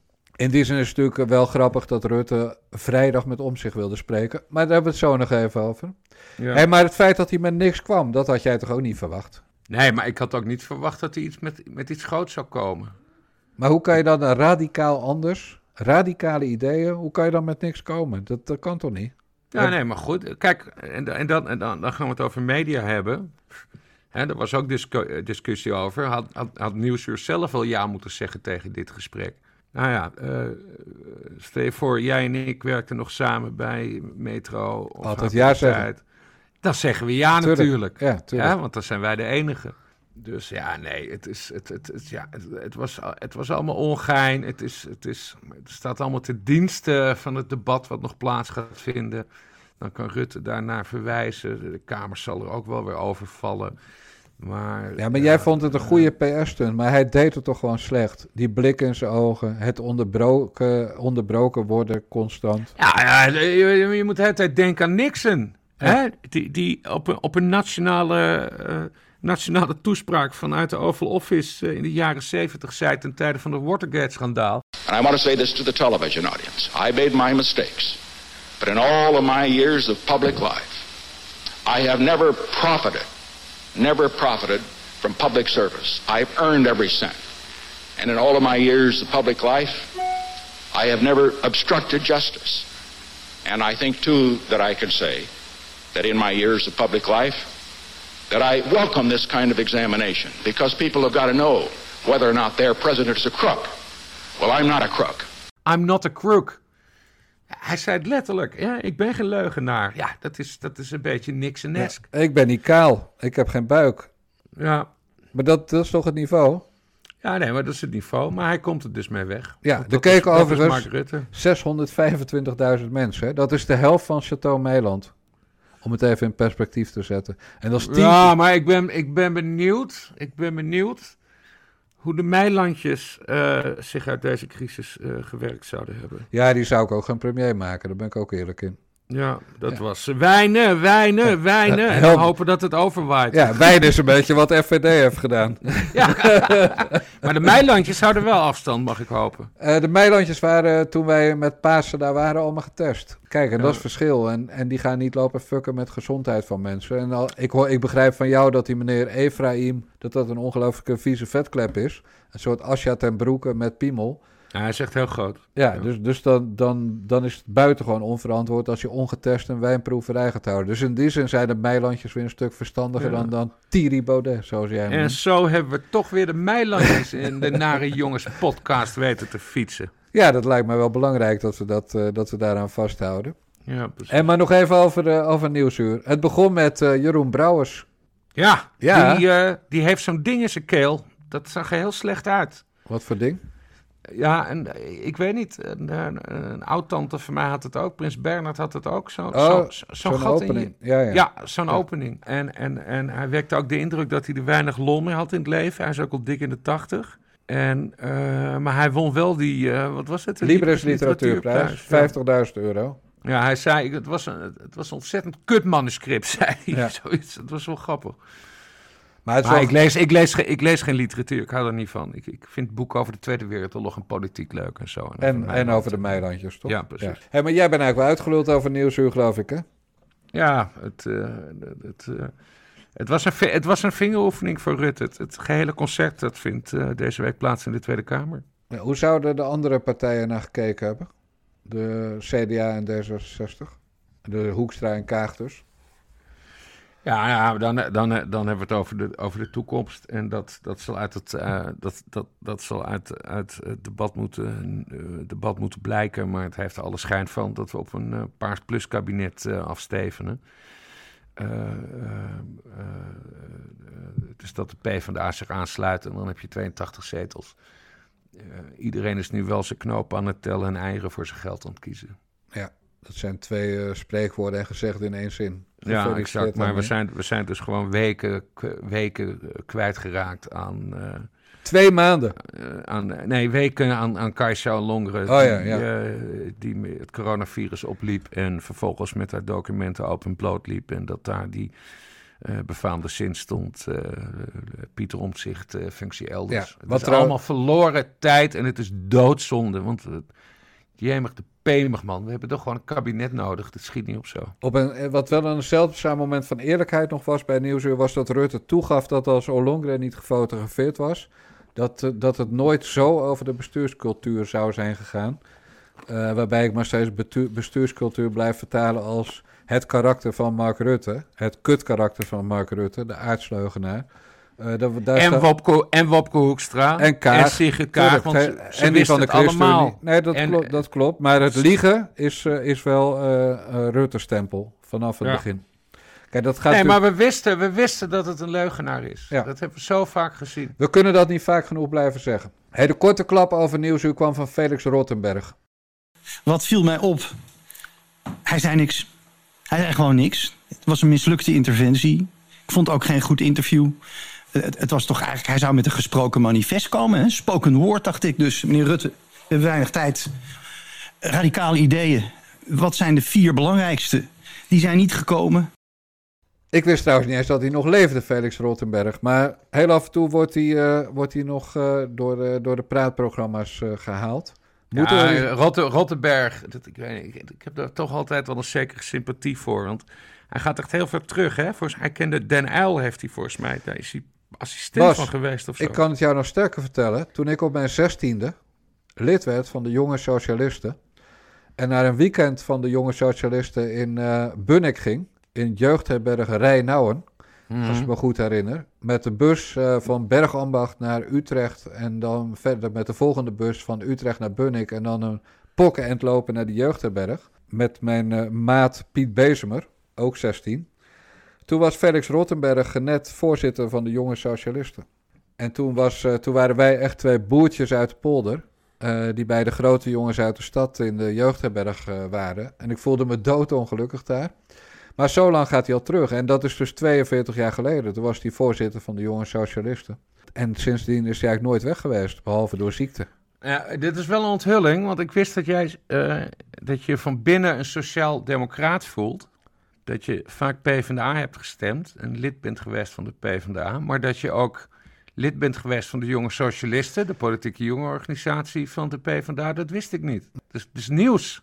In die zin is het natuurlijk wel grappig dat Rutte vrijdag met Omtzigt wilde spreken. Maar daar hebben we het zo nog even over. Ja. Hey, maar het feit dat hij met niks kwam, dat had jij toch ook niet verwacht? Nee, maar ik had ook niet verwacht dat hij iets met, met iets groots zou komen. Maar hoe kan je dan radicaal anders... Radicale ideeën, hoe kan je dan met niks komen? Dat, dat kan toch niet? Ja, nee, maar goed. Kijk, en, en, dan, en dan, dan gaan we het over media hebben. Hè, er was ook discu- discussie over. Had, had, had Nieuwsuur zelf wel ja moeten zeggen tegen dit gesprek? Nou ja, uh, stel je voor, jij en ik werkten nog samen bij Metro. Of altijd ja zeggen. Dan zeggen we ja tuurlijk. natuurlijk. Ja, tuurlijk. Ja, want dan zijn wij de enige. Dus ja, nee, het, is, het, het, het, ja, het, het, was, het was allemaal ongein. Het, is, het, is, het staat allemaal ten dienste van het debat wat nog plaats gaat vinden. Dan kan Rutte daarnaar verwijzen. De Kamer zal er ook wel weer over vallen. Maar, ja, maar ja, jij vond het een goede P R-stunt, maar hij deed het toch gewoon slecht. Die blik in zijn ogen, het onderbroken, onderbroken worden constant. Ja, ja je, je moet de hele tijd denken aan Nixon. Ja. Hè? Die, die op een, op een nationale, uh, nationale toespraak vanuit de Oval Office uh, in de jaren zeventig zei ten tijde van de Watergate-schandaal. And I want to say this to the television audience. I made my mistakes. But in all of my years of public life, I have never profited, never profited from public service. I've earned every cent. And in all of my years of public life, I have never obstructed justice. And I think, too, that I can say that in my years of public life, that I welcome this kind of examination, because people have got to know whether or not their president is a crook. Well, I'm not a crook. I'm not a crook. Hij zei het letterlijk. Ja, ik ben geen leugenaar. Ja, dat is, dat is een beetje Nixonesk. Ja, ik ben niet kaal. Ik heb geen buik. Ja. Maar dat, dat is toch het niveau? Ja, nee, maar dat is het niveau. Maar hij komt er dus mee weg. Ja, er keken overigens zeshonderdvijfentwintigduizend mensen. Hè? Dat is de helft van Château Meiland. Om het even in perspectief te zetten. En dat is tien... Ja, maar ik ben, ik ben benieuwd. Ik ben benieuwd hoe de Meilandjes uh, zich uit deze crisis uh, gewerkt zouden hebben. Ja, die zou ik ook geen premier maken. Daar ben ik ook eerlijk in. Ja, dat ja. was wijnen, wijnen, ja. wijnen. Ja, en dan hopen dat het overwaait. Ja, wijnen is een beetje wat F V D heeft gedaan. Ja. Maar de Meilandjes houden wel afstand, mag ik hopen. Uh, de Meilandjes waren, toen wij met Pasen daar waren, allemaal getest. Kijk, en ja. dat is het verschil. En, en die gaan niet lopen fucken met gezondheid van mensen. En al, ik, hoor, ik begrijp van jou dat die meneer Efraïm, dat dat een ongelooflijke vieze vetklep is. Een soort Asja ten Broeke met piemel. Ja, hij is echt heel groot. Ja, ja. dus, dus dan, dan, dan is het buitengewoon onverantwoord als je ongetest een wijnproeverij gaat houden. Dus in die zin zijn de Meilandjes weer een stuk verstandiger ja. dan, dan Thierry Baudet, zoals jij hem En noemt. Zo hebben we toch weer de Meilandjes in de Nare Jongens podcast weten te fietsen. Ja, dat lijkt mij wel belangrijk dat we, dat, uh, dat we daaraan vasthouden. Ja, precies. En maar nog even over, uh, over Nieuwsuur. Het begon met uh, Jeroen Brouwers. Ja, ja. Die, uh, die heeft zo'n ding in zijn keel. Dat zag er heel slecht uit. Wat voor ding? Ja, en ik weet niet, een, een, een oud-tante van mij had het ook, Prins Bernhard had het ook, zo, oh, zo, zo, zo'n zo'n gat opening. in je, ja, ja. ja, zo'n ja. opening. En, en, en hij wekte ook de indruk dat hij er weinig lol mee had in het leven. Hij is ook al dik in de tachtig. En, uh, maar hij won wel die, uh, wat was het? Libris Literatuurprijs, vijftigduizend euro. Ja, hij zei, het was een, het was een ontzettend kut manuscript, zei hij. Ja. Zoiets, het was wel grappig. Maar, het maar wel... ik, lees, ik, lees, ik lees geen literatuur, ik hou er niet van. Ik, ik vind boeken over de Tweede Wereldoorlog en politiek leuk en zo. En, en, over, en over de Meilandjes, toch? Ja, precies. Ja. Hey, maar jij bent eigenlijk wel uitgeluld over Nieuwsuur, geloof ik, hè? Ja, het, uh, het, uh, het, was een, het was een vingeroefening voor Rutte. Het, het gehele concert dat vindt uh, deze week plaats in de Tweede Kamer. Ja, hoe zouden de andere partijen naar gekeken hebben? De C D A en D zesenzestig? De Hoekstra en Kaag dus? Ja, ja dan, dan, dan hebben we het over de, over de toekomst. En dat, dat zal uit het, uh, dat, dat, dat zal uit, uit het debat moeten, uh, debat moeten blijken. Maar het heeft er alle schijn van dat we op een uh, Paars Plus kabinet uh, afstevenen. Uh, uh, uh, uh, dus dat de PvdA zich aansluit en dan heb je tweeëntachtig zetels. Uh, iedereen is nu wel zijn knoop aan het tellen en eieren voor zijn geld aan het kiezen. Ja, dat zijn twee uh, spreekwoorden en gezegd in één zin. Ja, exact. Maar we zijn, we zijn dus gewoon weken, weken kwijtgeraakt aan... Uh, Twee maanden? Uh, aan, nee, weken aan, aan Kajsa Longre, oh, die, ja, ja. Uh, die het coronavirus opliep en vervolgens met haar documenten open bloot liep. En dat daar die uh, befaamde zin stond, uh, Pieter Omtzigt, uh, functie elders. Ja, het is trouw... allemaal verloren tijd en het is doodzonde, want uh, jemig de pemig man, we hebben toch gewoon een kabinet nodig, dat schiet niet op zo. Op een, wat wel een zeldzaam moment van eerlijkheid nog was bij Nieuwsuur, was dat Rutte toegaf dat als Ollongren niet gefotografeerd was, dat, dat het nooit zo over de bestuurscultuur zou zijn gegaan. Uh, waarbij ik maar steeds betu- bestuurscultuur blijf vertalen als het karakter van Mark Rutte. Het kutkarakter van Mark Rutte, de aardsleugenaar. Uh, daar, daar en, staat... Wopke, en Wopke Hoekstra. En Kaag. En Sigrid Kaag, want ze, ze en die van de het allemaal. Nee, dat, en, klopt, dat klopt. Maar het liegen is, uh, is wel uh, uh, Rutte-stempel vanaf het ja. begin. Kijk, dat gaat nee, natuurlijk... maar we wisten, we wisten dat het een leugenaar is. Ja. Dat hebben we zo vaak gezien. We kunnen dat niet vaak genoeg blijven zeggen. Hey, de korte klap over Nieuwsuur kwam van Felix Rottenberg. Wat viel mij op? Hij zei niks. Hij zei gewoon niks. Het was een mislukte interventie. Ik vond ook geen goed interview. Het, het was toch eigenlijk... Hij zou met een gesproken manifest komen. Hè? Spoken word, dacht ik. Dus meneer Rutte, we hebben weinig tijd. Radicale ideeën. Wat zijn de vier belangrijkste? Die zijn niet gekomen. Ik wist trouwens niet eens dat hij nog leefde, Felix Rottenberg. Maar heel af en toe wordt hij, uh, wordt hij nog uh, door, de, door de praatprogramma's uh, gehaald. Moeten ja, we... Rotte, Rottenberg, dat, ik, weet niet, ik, ik heb daar toch altijd wel een zekere sympathie voor. Want hij gaat echt heel ver terug. Hè? Volgens, hij kende Den Uyl, heeft hij volgens mij. Daar is hij assistent Bas, van geweest of zo. Ik kan het jou nog sterker vertellen. Toen ik op mijn zestiende lid werd van de Jonge Socialisten... en naar een weekend van de Jonge Socialisten in uh, Bunnik ging... in jeugdherberg Rijnauwen, mm-hmm. als ik me goed herinner... met de bus uh, van Bergambacht naar Utrecht... en dan verder met de volgende bus van Utrecht naar Bunnik... en dan een pokkenend lopen naar de jeugdherberg... met mijn uh, maat Piet Bezemer, ook zestien. Toen was Felix Rottenberg net voorzitter van de Jonge Socialisten. En toen, was, uh, toen waren wij echt twee boertjes uit de polder... Uh, die bij de grote jongens uit de stad in de jeugdherberg uh, waren. En ik voelde me doodongelukkig daar... Maar zo lang gaat hij al terug. En dat is dus tweeënveertig jaar geleden. Toen was hij voorzitter van de Jonge Socialisten. En sindsdien is hij eigenlijk nooit weg geweest, behalve door ziekte. Ja, dit is wel een onthulling, want ik wist dat jij uh, dat je van binnen een sociaal-democraat voelt. Dat je vaak PvdA hebt gestemd en lid bent geweest van de PvdA. Maar dat je ook lid bent geweest van de Jonge Socialisten, de politieke jongerenorganisatie van de PvdA. Dat wist ik niet. Dus het is nieuws.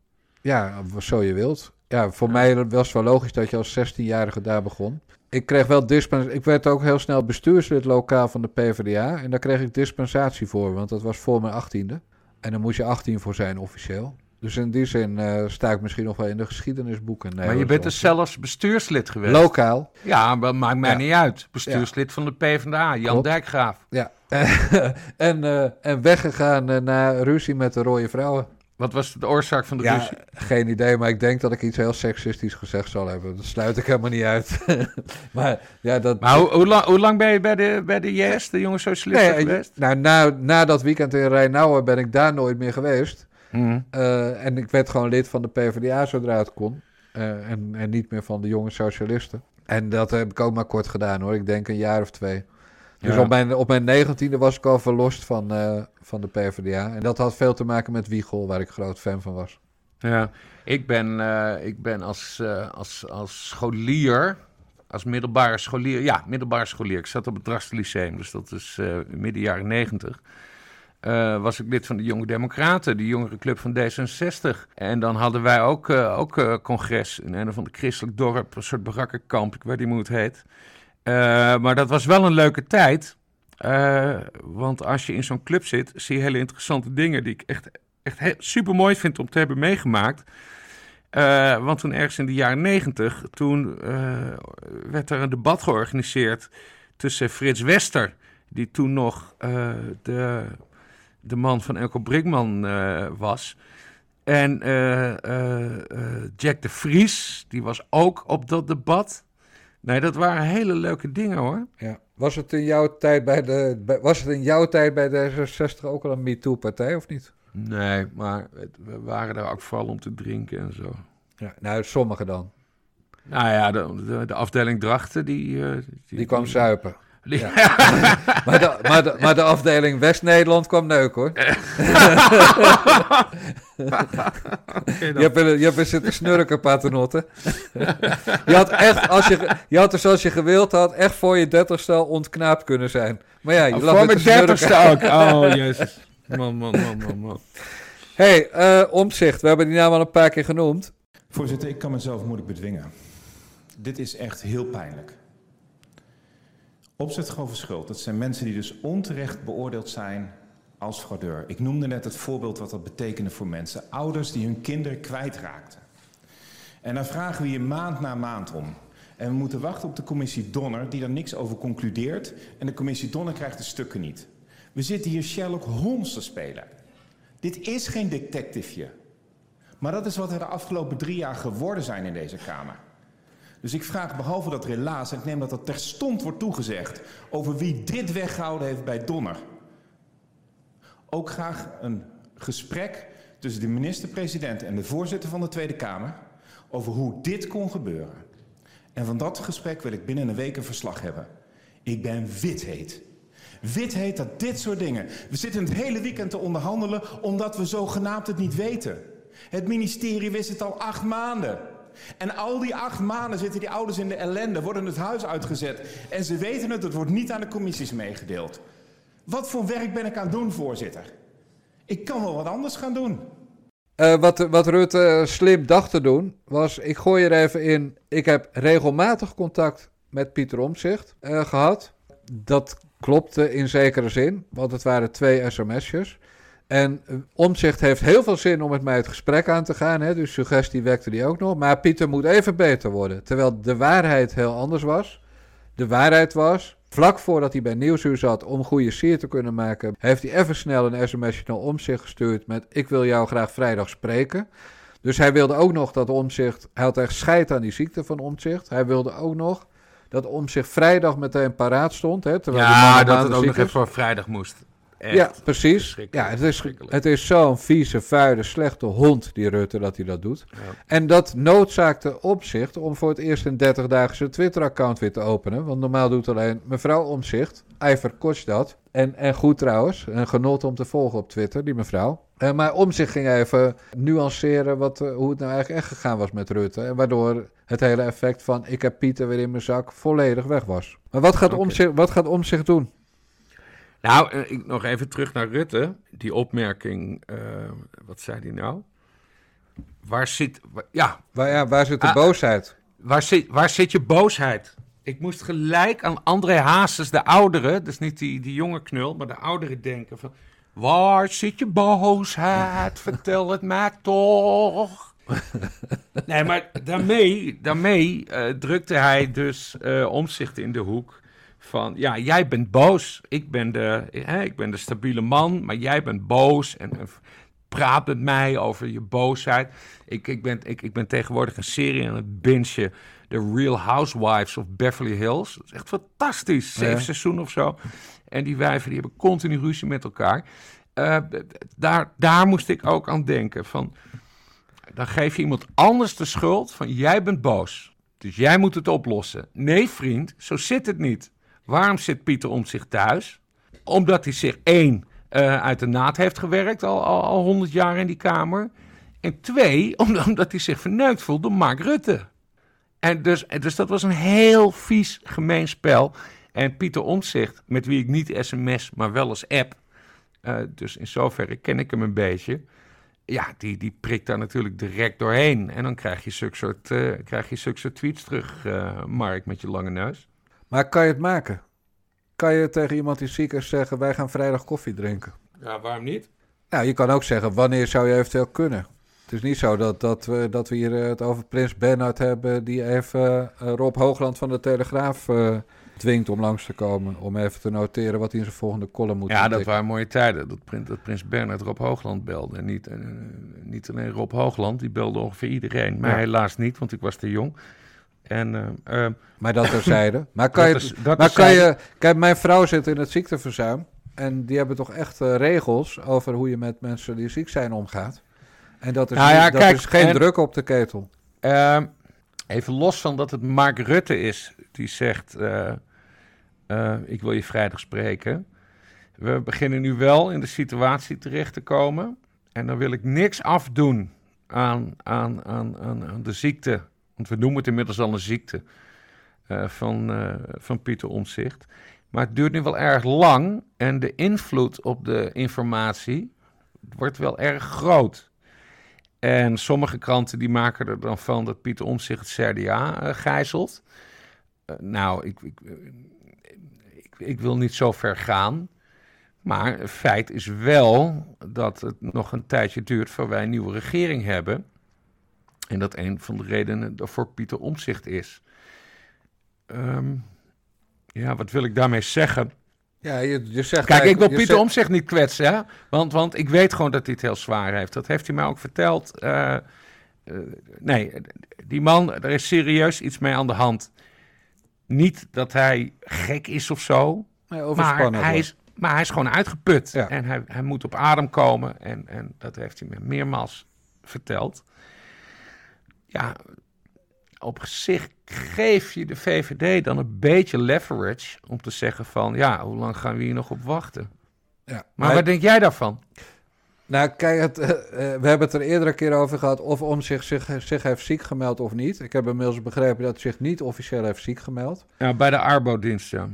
Ja, zo je wilt. Ja, voor ja. mij was het wel logisch dat je als zestienjarige daar begon. Ik kreeg wel dispensatie. Ik werd ook heel snel bestuurslid lokaal van de PvdA. En daar kreeg ik dispensatie voor, want dat was voor mijn achttiende. En daar moest je achttien voor zijn officieel. Dus in die zin uh, sta ik misschien nog wel in de geschiedenisboeken. Nee, maar je bent dus zelfs bestuurslid geweest. Lokaal. Ja, maar maakt mij ja. niet uit. Bestuurslid ja. van de PvdA, Jan Klopt. Dijkgraaf. Ja, en, uh, en weggegaan uh, na ruzie met de rode vrouwen. Wat was de oorzaak van de ja, ruzie? Geen idee, maar ik denk dat ik iets heel seksistisch gezegd zal hebben. Dat sluit ik helemaal niet uit. maar ja, dat... Maar hoe, hoe, lang, hoe lang ben je bij de, bij de J S, de Jonge Socialisten, nee, geweest? Nou, na, na dat weekend in Rijnauwen ben ik daar nooit meer geweest. Mm. Uh, en ik werd gewoon lid van de PvdA zodra het kon. Uh, en, en niet meer van de Jonge Socialisten. En dat heb ik ook maar kort gedaan hoor. Ik denk een jaar of twee. Dus ja. op, mijn, op mijn negentiende was ik al verlost van, uh, van de PvdA. En dat had veel te maken met Wiegel, waar ik groot fan van was. Ja, ik ben, uh, ik ben als, uh, als, als scholier, als middelbare scholier... Ja, middelbare scholier. Ik zat op het Drachtster Lyceum, dus dat is uh, midden jaren negentig. Uh, was ik lid van de Jonge Democraten, de jongerenclub van D zesenzestig. En dan hadden wij ook, uh, ook uh, congres in een of ander christelijk dorp, een soort barakkenkamp, ik weet niet hoe het heet... Uh, maar dat was wel een leuke tijd. Uh, want als je in zo'n club zit, zie je hele interessante dingen die ik echt, echt he- super mooi vind om te hebben meegemaakt. Uh, want toen ergens in de jaren negentig, toen uh, werd er een debat georganiseerd tussen Frits Wester, die toen nog uh, de, de man van Elko Brinkman uh, was, en uh, uh, uh, Jack de Vries, die was ook op dat debat. Nee, dat waren hele leuke dingen, hoor. Ja. Was het in jouw tijd bij de bij, was het in jouw tijd bij D zesenzestig ook al een MeToo-partij, of niet? Nee, maar het, we waren daar ook vooral om te drinken en zo. Ja, nou, sommigen dan. Nou ja, de, de, de afdeling Drachten, die... Uh, die, die kwam die, zuipen. Die, ja. maar, de, maar, de, maar de afdeling West-Nederland kwam neuk, hoor. Okay, je, hebt er, je hebt er zitten snurken, paternotte. je had echt, als je, je had dus als je gewild had, echt voor je dertigste ontknaapt kunnen zijn. Maar ja, je oh, lag voor mijn dertigste ook. Oh, jezus. Man, man, man, man, man. Hé, hey, uh, Omtzigt, we hebben die naam al een paar keer genoemd. Voorzitter, ik kan mezelf moeilijk bedwingen. Dit is echt heel pijnlijk. Opzet Govers Schuld, dat zijn mensen die dus onterecht beoordeeld zijn als fraudeur. Ik noemde net het voorbeeld wat dat betekende voor mensen. Ouders die hun kinderen kwijtraakten. En daar vragen we je maand na maand om. En we moeten wachten op de commissie Donner, die daar niks over concludeert. En de commissie Donner krijgt de stukken niet. We zitten hier Sherlock Holmes te spelen. Dit is geen detectiveje. Maar dat is wat er de afgelopen drie jaar geworden zijn in deze Kamer. Dus ik vraag, behalve dat relaas, en ik neem dat dat terstond wordt toegezegd, over wie dit weggehouden heeft bij Donner, ook graag een gesprek tussen de minister-president en de voorzitter van de Tweede Kamer over hoe dit kon gebeuren. En van dat gesprek wil ik binnen een week een verslag hebben. Ik ben wit-heet. Wit-heet dat dit soort dingen... We zitten het hele weekend te onderhandelen omdat we zogenaamd het niet weten. Het ministerie wist het al acht maanden. En al die acht maanden zitten die ouders in de ellende, worden het huis uitgezet. En ze weten het, het wordt niet aan de commissies meegedeeld. Wat voor werk ben ik aan het doen, voorzitter? Ik kan wel wat anders gaan doen. Uh, wat, wat Rutte slim dacht te doen, was... Ik gooi er even in... Ik heb regelmatig contact met Pieter Omtzigt uh, gehad. Dat klopte in zekere zin, want het waren twee sms'jes. En uh, Omtzigt heeft heel veel zin om met mij het gesprek aan te gaan. Hè, dus suggestie wekte die ook nog. Maar Pieter moet even beter worden. Terwijl de waarheid heel anders was. De waarheid was... Vlak voordat hij bij Nieuwsuur zat om goede sier te kunnen maken, heeft hij even snel een sms'je naar Omtzigt gestuurd met ik wil jou graag vrijdag spreken. Dus hij wilde ook nog dat Omtzigt, hij had echt scheid aan die ziekte van Omtzigt. Hij wilde ook nog dat Omtzigt vrijdag meteen paraat stond. Hè, terwijl ja, dat het ook nog even voor vrijdag moest. Echt ja, precies. Ja, het is, het is zo'n vieze, vuile, slechte hond, die Rutte, dat hij dat doet. Ja. En dat noodzaakte Omtzigt om voor het eerst in dertig dagen zijn Twitter-account weer te openen. Want normaal doet alleen mevrouw Omtzigt, Iver kost dat. En, en goed trouwens, een genot om te volgen op Twitter, die mevrouw. Uh, maar Omtzigt ging even nuanceren wat, uh, hoe het nou eigenlijk echt gegaan was met Rutte. En waardoor het hele effect van ik heb Pieter weer in mijn zak volledig weg was. Maar wat gaat, okay. Omtzigt, wat gaat Omtzigt doen? Nou, uh, ik, nog even terug naar Rutte. Die opmerking, uh, wat zei hij nou? Waar zit... Waar, ja. Waar, ja, waar zit de uh, boosheid? Waar zit, waar zit je boosheid? Ik moest gelijk aan André Hazes, de oudere, dus niet die, die jonge knul, maar de oudere denken van... Waar zit je boosheid? Vertel het mij toch. Nee, maar daarmee, daarmee uh, drukte hij dus uh, Omtzigt in de hoek. Van, ja, jij bent boos. Ik ben de, hè, ik ben de stabiele man, maar jij bent boos. En, en praat met mij over je boosheid. Ik, ik, ben, ik, ik ben tegenwoordig een serie aan het bingen. The Real Housewives of Beverly Hills. Dat is echt fantastisch. Zeven ja. seizoenen of zo. En die wijven die hebben continu ruzie met elkaar. Uh, daar, daar moest ik ook aan denken. Van, dan geef je iemand anders de schuld van jij bent boos. Dus jij moet het oplossen. Nee, vriend, zo zit het niet. Waarom zit Pieter Omtzigt thuis? Omdat hij zich één uh, uit de naad heeft gewerkt, al, al, al honderd jaar in die Kamer. En twee, omdat, omdat hij zich verneukt voelt door Mark Rutte. En dus, dus dat was een heel vies, gemeen spel. En Pieter Omtzigt, met wie ik niet sms, maar wel eens app. Uh, dus in zoverre ken ik hem een beetje. Ja, die, die prikt daar natuurlijk direct doorheen. En dan krijg je zulke soort, uh, krijg je zulke soort tweets terug, uh, Mark, met je lange neus. Maar kan je het maken? Kan je tegen iemand die ziek is zeggen, wij gaan vrijdag koffie drinken? Ja, waarom niet? Nou, je kan ook zeggen, wanneer zou je eventueel kunnen? Het is niet zo dat, dat, we, dat we hier het over Prins Bernhard hebben, die even uh, Rob Hoogland van de Telegraaf uh, dwingt om langs te komen. Om even te noteren wat hij in zijn volgende column moet Ja, doen. Dat waren mooie tijden. Dat prins, dat prins Bernhard Rob Hoogland belde. En niet, uh, niet alleen Rob Hoogland, die belde ongeveer iedereen. Maar ja. helaas niet, want ik was te jong. En, uh, uh, maar dat terzijde. Maar kan je, is, maar kan je... Kijk, mijn vrouw zit in het ziekteverzuim. En die hebben toch echt uh, regels over hoe je met mensen die ziek zijn omgaat. En dat is, nou ja, niet, kijk, dat is geen en, druk op de ketel. Uh, even los van dat het Mark Rutte is die zegt... Uh, uh, ik wil je vrijdag spreken. We beginnen nu wel in de situatie terecht te komen. En dan wil ik niks afdoen aan, aan, aan, aan, aan de ziekte... Want we noemen het inmiddels al een ziekte uh, van, uh, van Pieter Omtzigt. Maar het duurt nu wel erg lang en de invloed op de informatie wordt wel erg groot. En sommige kranten die maken er dan van dat Pieter Omtzigt het C D A uh, gijzelt. Uh, nou, ik, ik, ik, ik wil niet zo ver gaan. Maar het feit is wel dat het nog een tijdje duurt voor wij een nieuwe regering hebben. En dat een van de redenen voor Pieter Omtzigt is. Um, ja, wat wil ik daarmee zeggen? Ja, je, je zegt Kijk, ik wil je Pieter zegt... Omtzigt niet kwetsen, hè? Want, want ik weet gewoon dat hij het heel zwaar heeft. Dat heeft hij mij ook verteld. Uh, uh, nee, die man, er is serieus iets mee aan de hand. Niet dat hij gek is of zo, nee, maar, hij is, maar hij is gewoon uitgeput. Ja. En hij, hij moet op adem komen. En, en dat heeft hij me meermaals verteld. Ja, op zich geef je de V V D dan een beetje leverage om te zeggen van, ja, hoe lang gaan we hier nog op wachten? Ja, maar maar wat denk jij daarvan? Nou, kijk, het, uh, we hebben het er eerder een keer over gehad of Omtzigt zich, zich heeft ziek gemeld of niet. Ik heb inmiddels begrepen dat hij zich niet officieel heeft ziek gemeld. Ja, bij de Arbo-dienst, ja.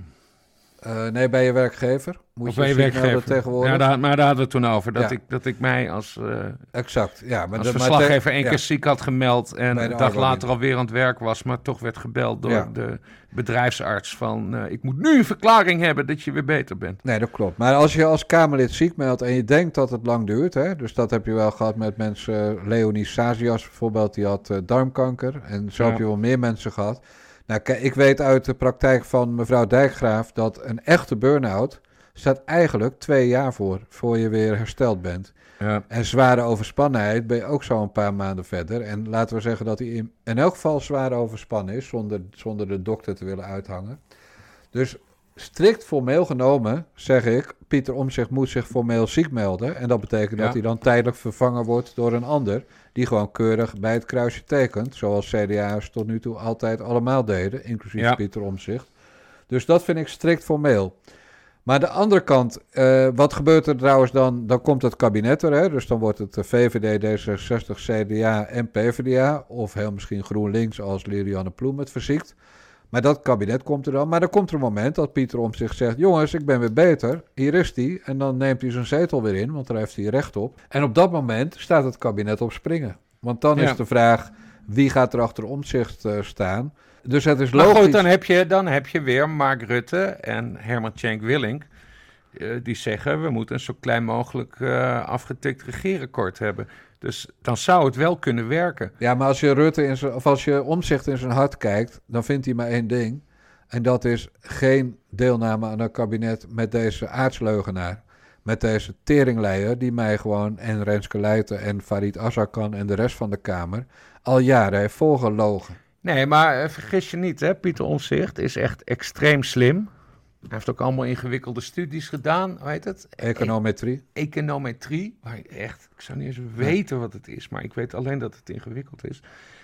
Uh, nee, bij je werkgever. Moet of je bij je werkgever tegenwoordig. Ja, daar, maar daar hadden we het toen over. Dat, ja. ik, dat ik mij als, uh, exact. Ja, maar als de, verslaggever maar één te, keer ja. ziek had gemeld en een dag later alweer aan het werk was, maar toch werd gebeld door ja. de bedrijfsarts van uh, ik moet nu een verklaring hebben dat je weer beter bent. Nee, dat klopt. Maar als je als Kamerlid ziek meldt en je denkt dat het lang duurt, hè, dus dat heb je wel gehad met mensen, uh, Leonie Sazias bijvoorbeeld, die had uh, darmkanker en zo ja. heb je wel meer mensen gehad. Nou, kijk, ik weet uit de praktijk van mevrouw Dijkgraaf dat een echte burn-out staat eigenlijk twee jaar voor, voor je weer hersteld bent. Ja. En zware overspannenheid ben je ook zo een paar maanden verder. En laten we zeggen dat hij in, in elk geval zwaar overspannen is, zonder, zonder de dokter te willen uithangen. Dus strikt formeel genomen zeg ik, Pieter Omtzigt moet zich formeel ziek melden. En dat betekent ja. dat hij dan tijdelijk vervangen wordt door een ander, die gewoon keurig bij het kruisje tekent, zoals C D A'ers tot nu toe altijd allemaal deden, inclusief ja. Pieter Omtzigt. Dus dat vind ik strikt formeel. Maar de andere kant, uh, wat gebeurt er trouwens dan? Dan komt het kabinet er, hè? Dus dan wordt het V V D, D zesenzestig, C D A en P v d A, of heel misschien GroenLinks als Lilianne Ploem het verziekt. Maar dat kabinet komt er dan. Maar er komt er een moment dat Pieter Omtzigt zegt, jongens, ik ben weer beter, hier is hij. En dan neemt hij zijn zetel weer in, want daar heeft hij recht op. En op dat moment staat het kabinet op springen. Want dan ja. is de vraag, wie gaat er achter Omtzigt uh, staan? Dus het is logisch. Maar goed, dan heb je, dan heb je weer Mark Rutte en Herman Tjenk Willink, uh, die zeggen, we moeten een zo klein mogelijk uh, afgetikt regeerakkoord hebben. Dus dan zou het wel kunnen werken. Ja, maar als je Rutte in zijn, of als je Omtzigt in zijn hart kijkt, dan vindt hij maar één ding. En dat is geen deelname aan een kabinet met deze aardsleugenaar. Met deze teringleier die mij gewoon, en Renske Leijten en Farid Azarkan en de rest van de Kamer, al jaren heeft voorgelogen. Nee, maar uh, vergis je niet, hè? Pieter Omtzigt is echt extreem slim. Hij heeft ook allemaal ingewikkelde studies gedaan, hoe heet het? Econometrie. E- econometrie, waar echt, ik zou niet eens weten ja. wat het is, maar ik weet alleen dat het ingewikkeld is.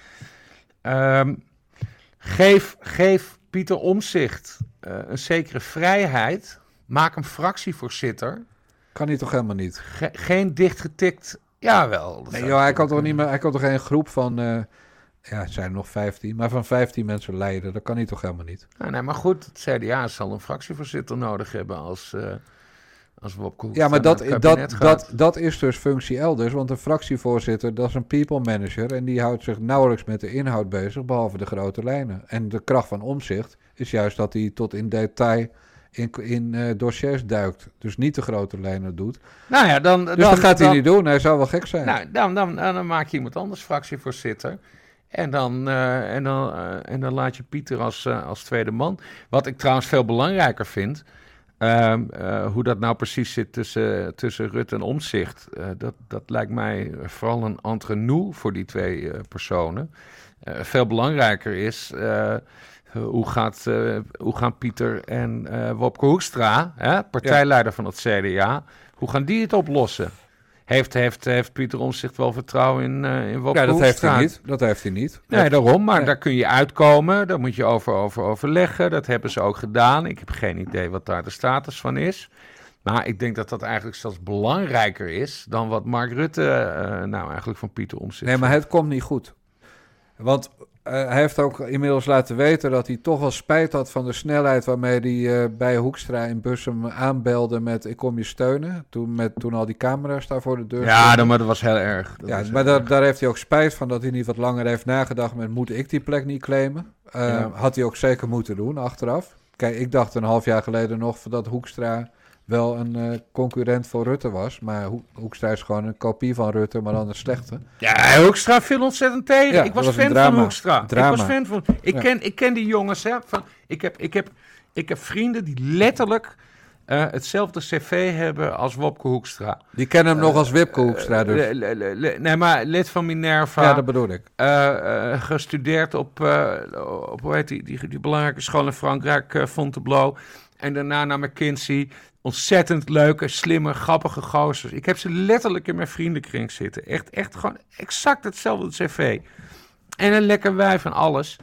Um, geef, geef Pieter Omtzigt uh, een zekere vrijheid, maak hem fractievoorzitter. Kan hij toch helemaal niet? Ge- geen dichtgetikt, jawel. Nee, joh, hij kan toch niet meer, hij kan toch geen groep van... Uh, Ja, het zijn er nog vijftien, maar van vijftien mensen leiden, dat kan hij toch helemaal niet? Nou, nee, maar goed, het C D A zal een fractievoorzitter nodig hebben als, uh, als Wopke Hoekstra Ja, maar dat, dat, dat, dat is dus functie elders, want een fractievoorzitter, dat is een people manager en die houdt zich nauwelijks met de inhoud bezig, behalve de grote lijnen. En de kracht van Omtzigt is juist dat hij tot in detail in, in uh, dossiers duikt. Dus niet de grote lijnen doet. Nou ja, dan, dus dan, dat gaat dan, hij niet doen, hij zou wel gek zijn. Nou, dan, dan, dan, dan maak je iemand anders fractievoorzitter. En dan, uh, en, dan, uh, en dan laat je Pieter als, uh, als tweede man. Wat ik trouwens veel belangrijker vind. Uh, uh, hoe dat nou precies zit tussen, tussen Rutte en Omtzigt. Uh, dat, dat lijkt mij vooral een entre nous voor die twee uh, personen. Uh, veel belangrijker is. Uh, hoe, gaat, uh, hoe gaan Pieter en uh, Wopke Hoekstra, hè, partijleider ja. van het C D A. Hoe gaan die het oplossen? Heeft, heeft, heeft Pieter Omtzigt wel vertrouwen in, uh, in Wopke Ja, dat Hoekstra? heeft hij niet. Dat heeft hij niet. Nee, heeft... daarom. Maar nee. daar kun je uitkomen. Daar moet je over, over overleggen. Dat hebben ze ook gedaan. Ik heb geen idee wat daar de status van is. Maar ik denk dat dat eigenlijk zelfs belangrijker is dan wat Mark Rutte uh, nou eigenlijk van Pieter Omtzigt. Nee, maar het komt niet goed. Want uh, hij heeft ook inmiddels laten weten dat hij toch wel spijt had van de snelheid waarmee hij uh, bij Hoekstra in Bussum aanbelde met ik kom je steunen. Toen, met, toen al die camera's daar voor de deur Ja, stonden. Maar dat was heel erg. Dat ja, heel maar daar, erg. daar heeft hij ook spijt van dat hij niet wat langer heeft nagedacht met moet ik die plek niet claimen. Uh, ja. Had hij ook zeker moeten doen achteraf. Kijk, ik dacht een half jaar geleden nog dat Hoekstra wel een uh, concurrent voor Rutte was. Maar Ho- Hoekstra is gewoon een kopie van Rutte, maar dan een slechte. Ja, Hoekstra viel ontzettend tegen. Ja, ik was, was fan drama. van Hoekstra. Drama. Ik was fan van... Ik, Ja. ken, ik ken die jongens, hè. Van, ik, heb, ik, heb, ik heb vrienden die letterlijk uh, hetzelfde cv hebben als Wopke Hoekstra. Die kennen hem Uh, nog als Wipke Hoekstra dus. Uh, le, le, le, nee, maar lid van Minerva. Ja, dat bedoel ik. Uh, uh, gestudeerd op, uh, op hoe heet die, die, die belangrijke school in Frankrijk, uh, Fontainebleau. En daarna naar McKinsey. Ontzettend leuke, slimme, grappige gozers. Ik heb ze letterlijk in mijn vriendenkring zitten. Echt, echt gewoon exact hetzelfde cv. En een lekker wijf van alles.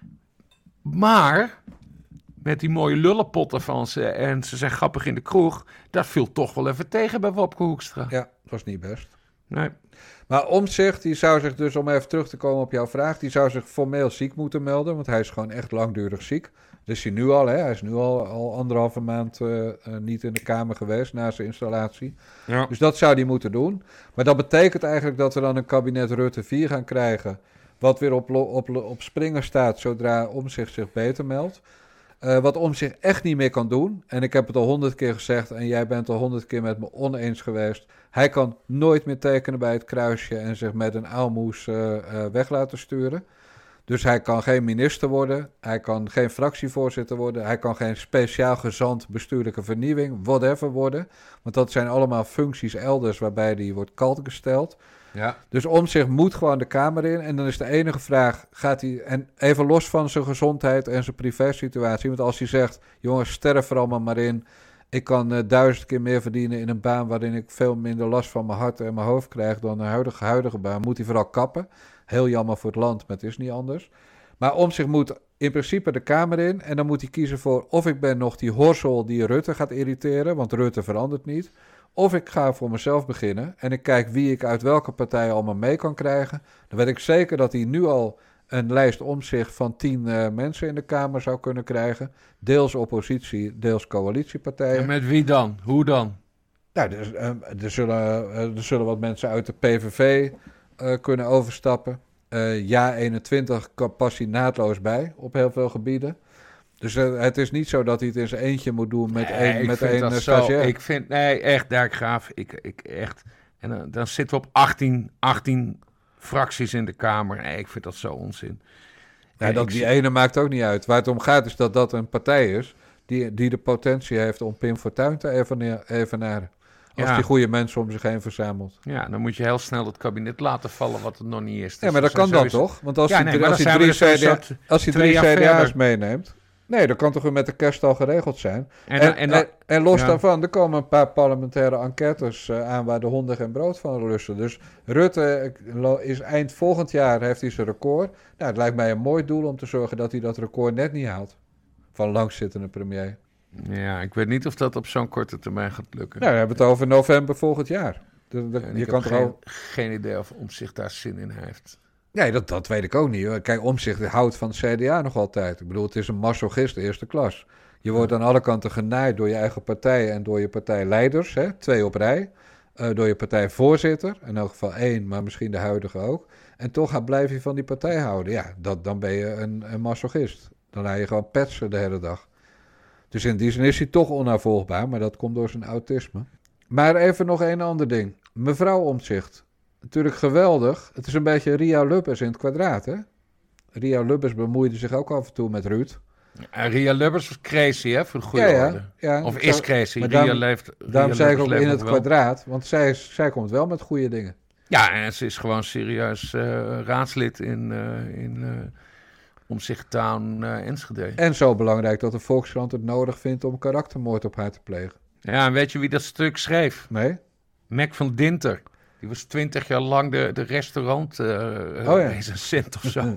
Maar met die mooie lullenpotten van ze en ze zijn grappig in de kroeg, dat viel toch wel even tegen bij Wopke Hoekstra. Ja, dat was niet best. Nee. Maar Omtzigt, die zou zich dus, om even terug te komen op jouw vraag, die zou zich formeel ziek moeten melden, want hij is gewoon echt langdurig ziek. Dat is hij nu al, hè? Hij is nu al, al anderhalve maand uh, uh, niet in de Kamer geweest na zijn installatie. Ja. Dus dat zou hij moeten doen. Maar dat betekent eigenlijk dat we dan een kabinet Rutte vier gaan krijgen, wat weer op, op, op springen staat zodra Omtzigt zich beter meldt. Uh, wat Omtzigt echt niet meer kan doen, en ik heb het al honderd keer gezegd en jij bent al honderd keer met me oneens geweest. Hij kan nooit meer tekenen bij het kruisje en zich met een aalmoes uh, uh, weg laten sturen. Dus hij kan geen minister worden, hij kan geen fractievoorzitter worden, hij kan geen speciaal gezant bestuurlijke vernieuwing, whatever worden. Want dat zijn allemaal functies elders waarbij hij wordt kalt gesteld. Ja. Dus Omtzigt moet gewoon de Kamer in. En dan is de enige vraag, gaat hij, en even los van zijn gezondheid en zijn privésituatie, want als hij zegt, jongens, sterf er allemaal maar in. Ik kan uh, duizend keer meer verdienen in een baan waarin ik veel minder last van mijn hart en mijn hoofd krijg dan een huidige, huidige baan. Moet hij vooral kappen. Heel jammer voor het land, maar het is niet anders. Maar Omtzigt moet in principe de Kamer in. En dan moet hij kiezen voor of ik ben nog die horsel die Rutte gaat irriteren, want Rutte verandert niet. Of ik ga voor mezelf beginnen en ik kijk wie ik uit welke partij allemaal mee kan krijgen. Dan weet ik zeker dat hij nu al een lijst Omtzigt van tien uh, mensen in de Kamer zou kunnen krijgen. Deels oppositie, deels coalitiepartijen. En met wie dan? Hoe dan? Nou, er, uh, er, zullen, uh, er zullen wat mensen uit de P V V uh, kunnen overstappen. Uh, ja, eenentwintig past hij naadloos bij op heel veel gebieden. Dus uh, het is niet zo dat hij het in zijn eentje moet doen met nee, één, ik met vind één dat uh, zo, stagiair. Ik vind, nee, echt, Dijkgraaf, ik, ik echt. En uh, dan zitten we op achttien, achttien fracties in de Kamer. Nee, ik vind dat zo onzin. Ja, dat, die ene maakt ook niet uit. Waar het om gaat is dat dat een partij is die, die de potentie heeft om Pim Fortuyn te evenaren. Als ja. die goede mensen om zich heen verzamelt. Ja, dan moet je heel snel het kabinet laten vallen wat het nog niet is. Dus ja, maar dat kan dan toch? Want als ja, hij nee, drie, als dan hij drie, dus C D A, als hij drie C D A's meeneemt... Nee, dat kan toch weer met de kerst al geregeld zijn. En, en, en, en, en los ja. daarvan, er komen een paar parlementaire enquêtes uh, aan waar de honden geen brood van lusten. Dus Rutte is eind volgend jaar, heeft hij zijn record. Nou, het lijkt mij een mooi doel om te zorgen dat hij dat record net niet haalt. Van langzittende premier. Ja, ik weet niet of dat op zo'n korte termijn gaat lukken. Nou, we hebben het over november volgend jaar. De, de, je je kan kan geen, al... geen idee of Omtzigt daar zin in heeft. Nee, dat, dat weet ik ook niet. Hoor. Kijk, Omtzigt houdt van het C D A nog altijd. Ik bedoel, het is een masochist eerste klas. Je wordt aan alle kanten genaaid door je eigen partij en door je partijleiders. Hè? Twee op rij. Uh, door je partijvoorzitter. In elk geval één, maar misschien de huidige ook. En toch blijf je van die partij houden. Ja, dat, dan ben je een, een masochist. Dan ga je gewoon petsen de hele dag. Dus in die zin is hij toch onnavolgbaar. Maar dat komt door zijn autisme. Maar even nog een ander ding. Mevrouw Omtzigt. Natuurlijk geweldig. Het is een beetje Ria Lubbers in het kwadraat, hè? Ria Lubbers bemoeide zich ook af en toe met Ruud. Ja, Ria Lubbers was crazy, hè? Voor de goede ja, ja, orde. Ja, of is crazy. Maar Ria daarom, leeft, Ria daarom zei ik ook in het wel. kwadraat. Want zij, is, zij komt wel met goede dingen. Ja, en ze is gewoon serieus uh, raadslid in, uh, in uh, Omtzigt Town uh, Enschede. En zo belangrijk dat de Volkskrant het nodig vindt om karaktermoord op haar te plegen. Ja, en weet je wie dat stuk schreef? Nee. Mac van Dinter. Die was twintig jaar lang de, de restaurant uh, oh, ja. recensent of zo.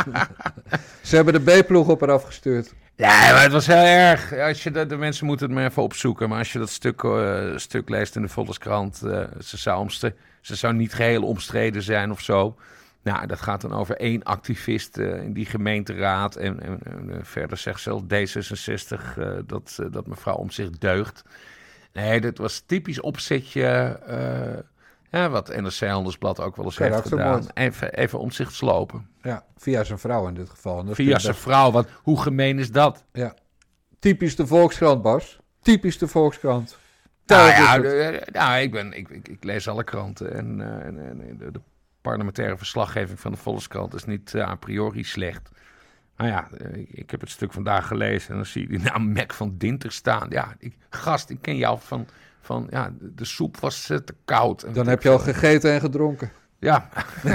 Ze hebben de B-ploeg op haar afgestuurd. Ja, maar het was heel erg. Als je de, de mensen moeten het maar even opzoeken. Maar als je dat stuk, uh, stuk leest in de Volkskrant, uh, ze, zou omstre- ze zou niet geheel omstreden zijn of zo. Nou, dat gaat dan over één activist uh, in die gemeenteraad. En, en, en uh, verder zegt zelfs D zesenzestig uh, dat, uh, dat mevrouw Omtzigt deugt. Nee, dat was typisch opzetje... Uh, Ja, wat N R C Handelsblad ook wel eens heeft gedaan. Even, even Omtzigt slopen. Ja, via zijn vrouw in dit geval. En dat via zijn vrouw, want hoe gemeen is dat? Ja, typisch de Volkskrant, Bas. Typisch de Volkskrant. Nou ja, de, nou, ik, ben, ik, ik, ik lees alle kranten. En, uh, en, en de, de parlementaire verslaggeving van de Volkskrant is niet uh, a priori slecht. Nou ja, uh, ik heb het stuk vandaag gelezen en dan zie je die naam Mac van Dinter staan. Ja, ik, gast, ik ken jou van... van ja, de soep was uh, te koud. En dan heb je al gegeten en gedronken. Ja,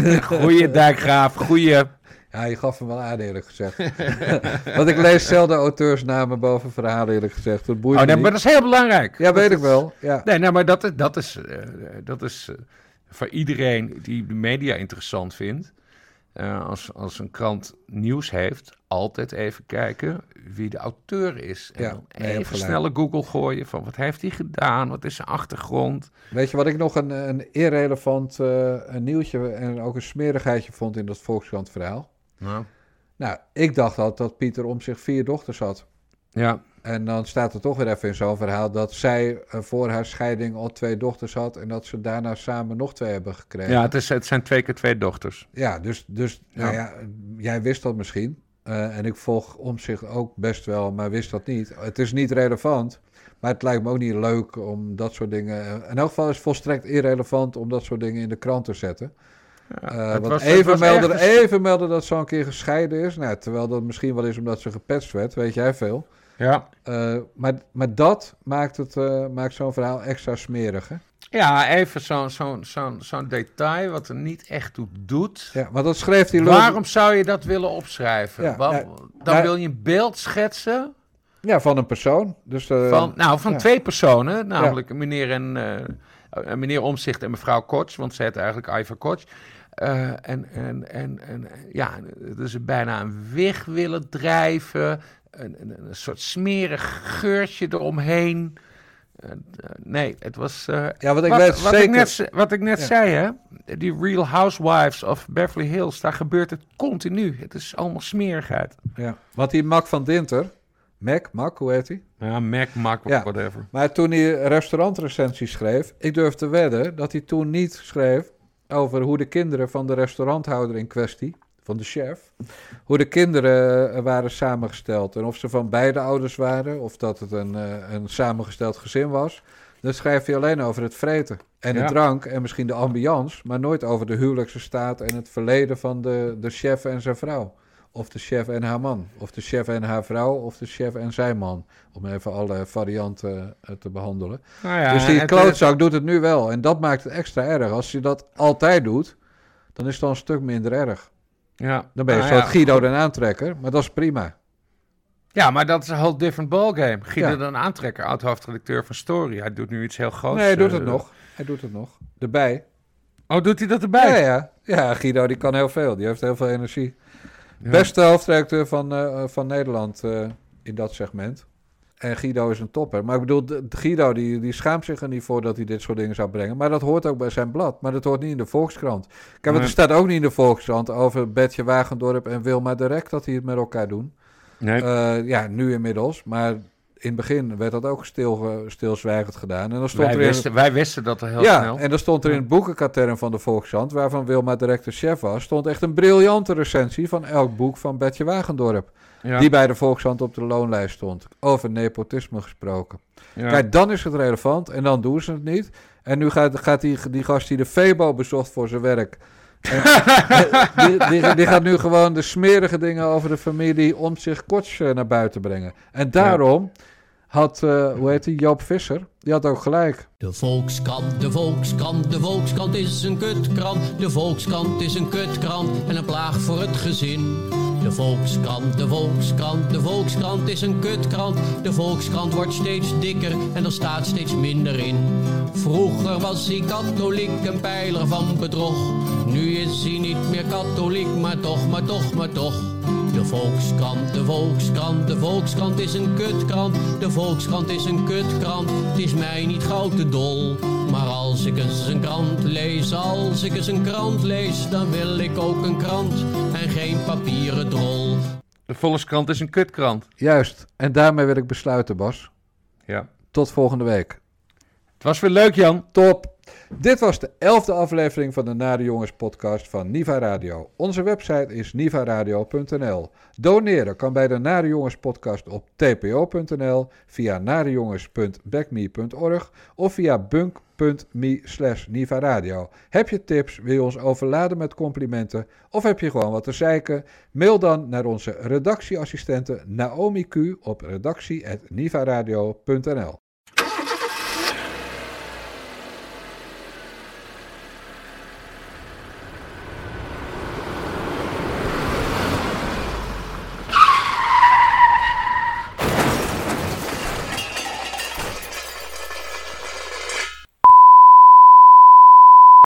goeie Dijkgraaf, goeie... Ja, je gaf hem wel aan, eerlijk gezegd. Want ik lees zelden auteursnamen boven verhalen, eerlijk gezegd. Dat boeit oh, me nee, niet. maar dat is heel belangrijk. Ja, weet ik wel. Ja. Nee, nou, maar dat is, dat is, uh, dat is uh, voor iedereen die de media interessant vindt. Uh, als, als een krant nieuws heeft, altijd even kijken wie de auteur is. En ja, dan nee, even snelle Google gooien van wat heeft hij gedaan, wat is zijn achtergrond. Weet je wat ik nog een, een irrelevant uh, een nieuwtje en ook een smerigheidje vond in dat Volkskrant verhaal? Nou. nou, ik dacht al dat Pieter Omtzigt vier dochters had. Ja. En dan staat er toch weer even in zo'n verhaal dat zij uh, voor haar scheiding al twee dochters had en dat ze daarna samen nog twee hebben gekregen. Ja, het, is, het zijn twee keer twee dochters. Ja, dus, dus ja. Nou ja, jij wist dat misschien. Uh, en ik volg Omtzigt ook best wel, maar wist dat niet. Het is niet relevant, maar het lijkt me ook niet leuk om dat soort dingen... Uh, in elk geval is het volstrekt irrelevant om dat soort dingen in de krant te zetten. Ja, uh, want was, even, melden, echt... even melden dat zo een keer gescheiden is. Nou, terwijl dat misschien wel is omdat ze gepetst werd, weet jij veel. Ja. Uh, maar, maar dat maakt, het, uh, maakt zo'n verhaal extra smerig, hè? Ja, even zo'n zo'n zo'n zo'n detail wat er niet echt toe doet. Ja, maar dat schreef hij... Waarom zou je dat willen opschrijven? Ja, Want, ja, dan ja, wil je een beeld schetsen... Ja, van een persoon. Dus, uh, van, nou, van ja. twee personen, namelijk ja. meneer, en, uh, meneer Omtzigt en mevrouw Koch, want ze heet eigenlijk Ivar Koch. Uh, en, en, en, en ja, dus ze bijna een weg willen drijven... Een, een, een soort smerig geurtje eromheen. Uh, nee, het was... Uh, ja, wat ik, wat, weet wat zeker... ik net, wat ik net ja. zei, hè. Die Real Housewives of Beverly Hills, daar gebeurt het continu. Het is allemaal smerigheid. Ja, want die Mac van Dinter... Mac, Mac, hoe heet hij? Ja, Mac, Mac, ja. whatever. Maar toen hij restaurantrecensies schreef... Ik durf te wedden dat hij toen niet schreef... over hoe de kinderen van de restauranthouder in kwestie... van de chef, hoe de kinderen waren samengesteld en of ze van beide ouders waren, of dat het een, een samengesteld gezin was. Dan schrijf je alleen over het vreten en ja. de drank en misschien de ambiance, maar nooit over de huwelijkse staat en het verleden van de, de chef en zijn vrouw. Of de chef en haar man, of de chef en haar vrouw, of de chef en zijn man. Om even alle varianten uh, te behandelen. Nou ja, dus die klootzak doet het nu wel en dat maakt het extra erg. Als je dat altijd doet, dan is het dan een stuk minder erg. Ja. Dan ben je ah, een soort ja. Guido den Aantrekker, maar dat is prima. Ja, maar dat is een whole different ballgame. Guido ja. den Aantrekker, oud-hoofdredacteur van Story. Hij doet nu iets heel groots. Nee, hij doet uh, het nog. Hij doet het nog. Erbij. Oh, doet hij dat erbij? Ja, ja. Ja, Guido die kan heel veel. Die heeft heel veel energie. Ja. Beste hoofdredacteur van, uh, van Nederland uh, in dat segment. En Guido is een topper. Maar ik bedoel, de, de Guido die, die schaamt zich er niet voor dat hij dit soort dingen zou brengen. Maar dat hoort ook bij zijn blad. Maar dat hoort niet in de Volkskrant. Kijk, want nee. er staat ook niet in de Volkskrant over Betje Wagendorp en Wilma de Rek dat die het met elkaar doen. Nee. Uh, ja, nu inmiddels. Maar in het begin werd dat ook stil, stilzwijgend gedaan. En dan stond wij, er in, wisten, wij wisten dat er heel ja, snel. En dan stond er in het boekenkatern van de Volkskrant, waarvan Wilma de Rek de chef was, stond echt een briljante recensie van elk boek van Betje Wagendorp. Ja. Die bij de Volkskrant op de loonlijst stond. Over nepotisme gesproken. Ja. Kijk, dan is het relevant en dan doen ze het niet. En nu gaat, gaat die, die gast die de Febo bezocht voor zijn werk... En, die, die, die gaat nu gewoon de smerige dingen over de familie Omtzigt Koch naar buiten brengen. En daarom... Ja. Had, uh, hoe heet die, Joop Visser, die had ook gelijk. De Volkskrant, de Volkskrant, de Volkskrant is een kutkrant. De Volkskrant is een kutkrant en een plaag voor het gezin. De Volkskrant, de Volkskrant, de Volkskrant is een kutkrant. De Volkskrant wordt steeds dikker en er staat steeds minder in. Vroeger was hij katholiek, een pijler van bedrog. Nu is hij niet meer katholiek, maar toch, maar toch, maar toch. De Volkskrant, de Volkskrant, de Volkskrant is een kutkrant. De Volkskrant is een kutkrant, het is mij niet gauw te dol. Maar als ik eens een krant lees, als ik eens een krant lees, dan wil ik ook een krant en geen papieren drol. De Volkskrant is een kutkrant. Juist, en daarmee wil ik besluiten, Bas. Ja. Tot volgende week. Het was weer leuk, Jan. Top. Dit was de elfde aflevering van de Nare Jongens podcast van Niva Radio. Onze website is niva radio punt n l. Doneren kan bij de Nare Jongens podcast op t p o punt n l, via narejongens punt backme punt org of via bunk punt me slash niva radio. Heb je tips, wil je ons overladen met complimenten of heb je gewoon wat te zeiken? Mail dan naar onze redactieassistente Naomi Q op redactie apenstaartje niva radio punt n l.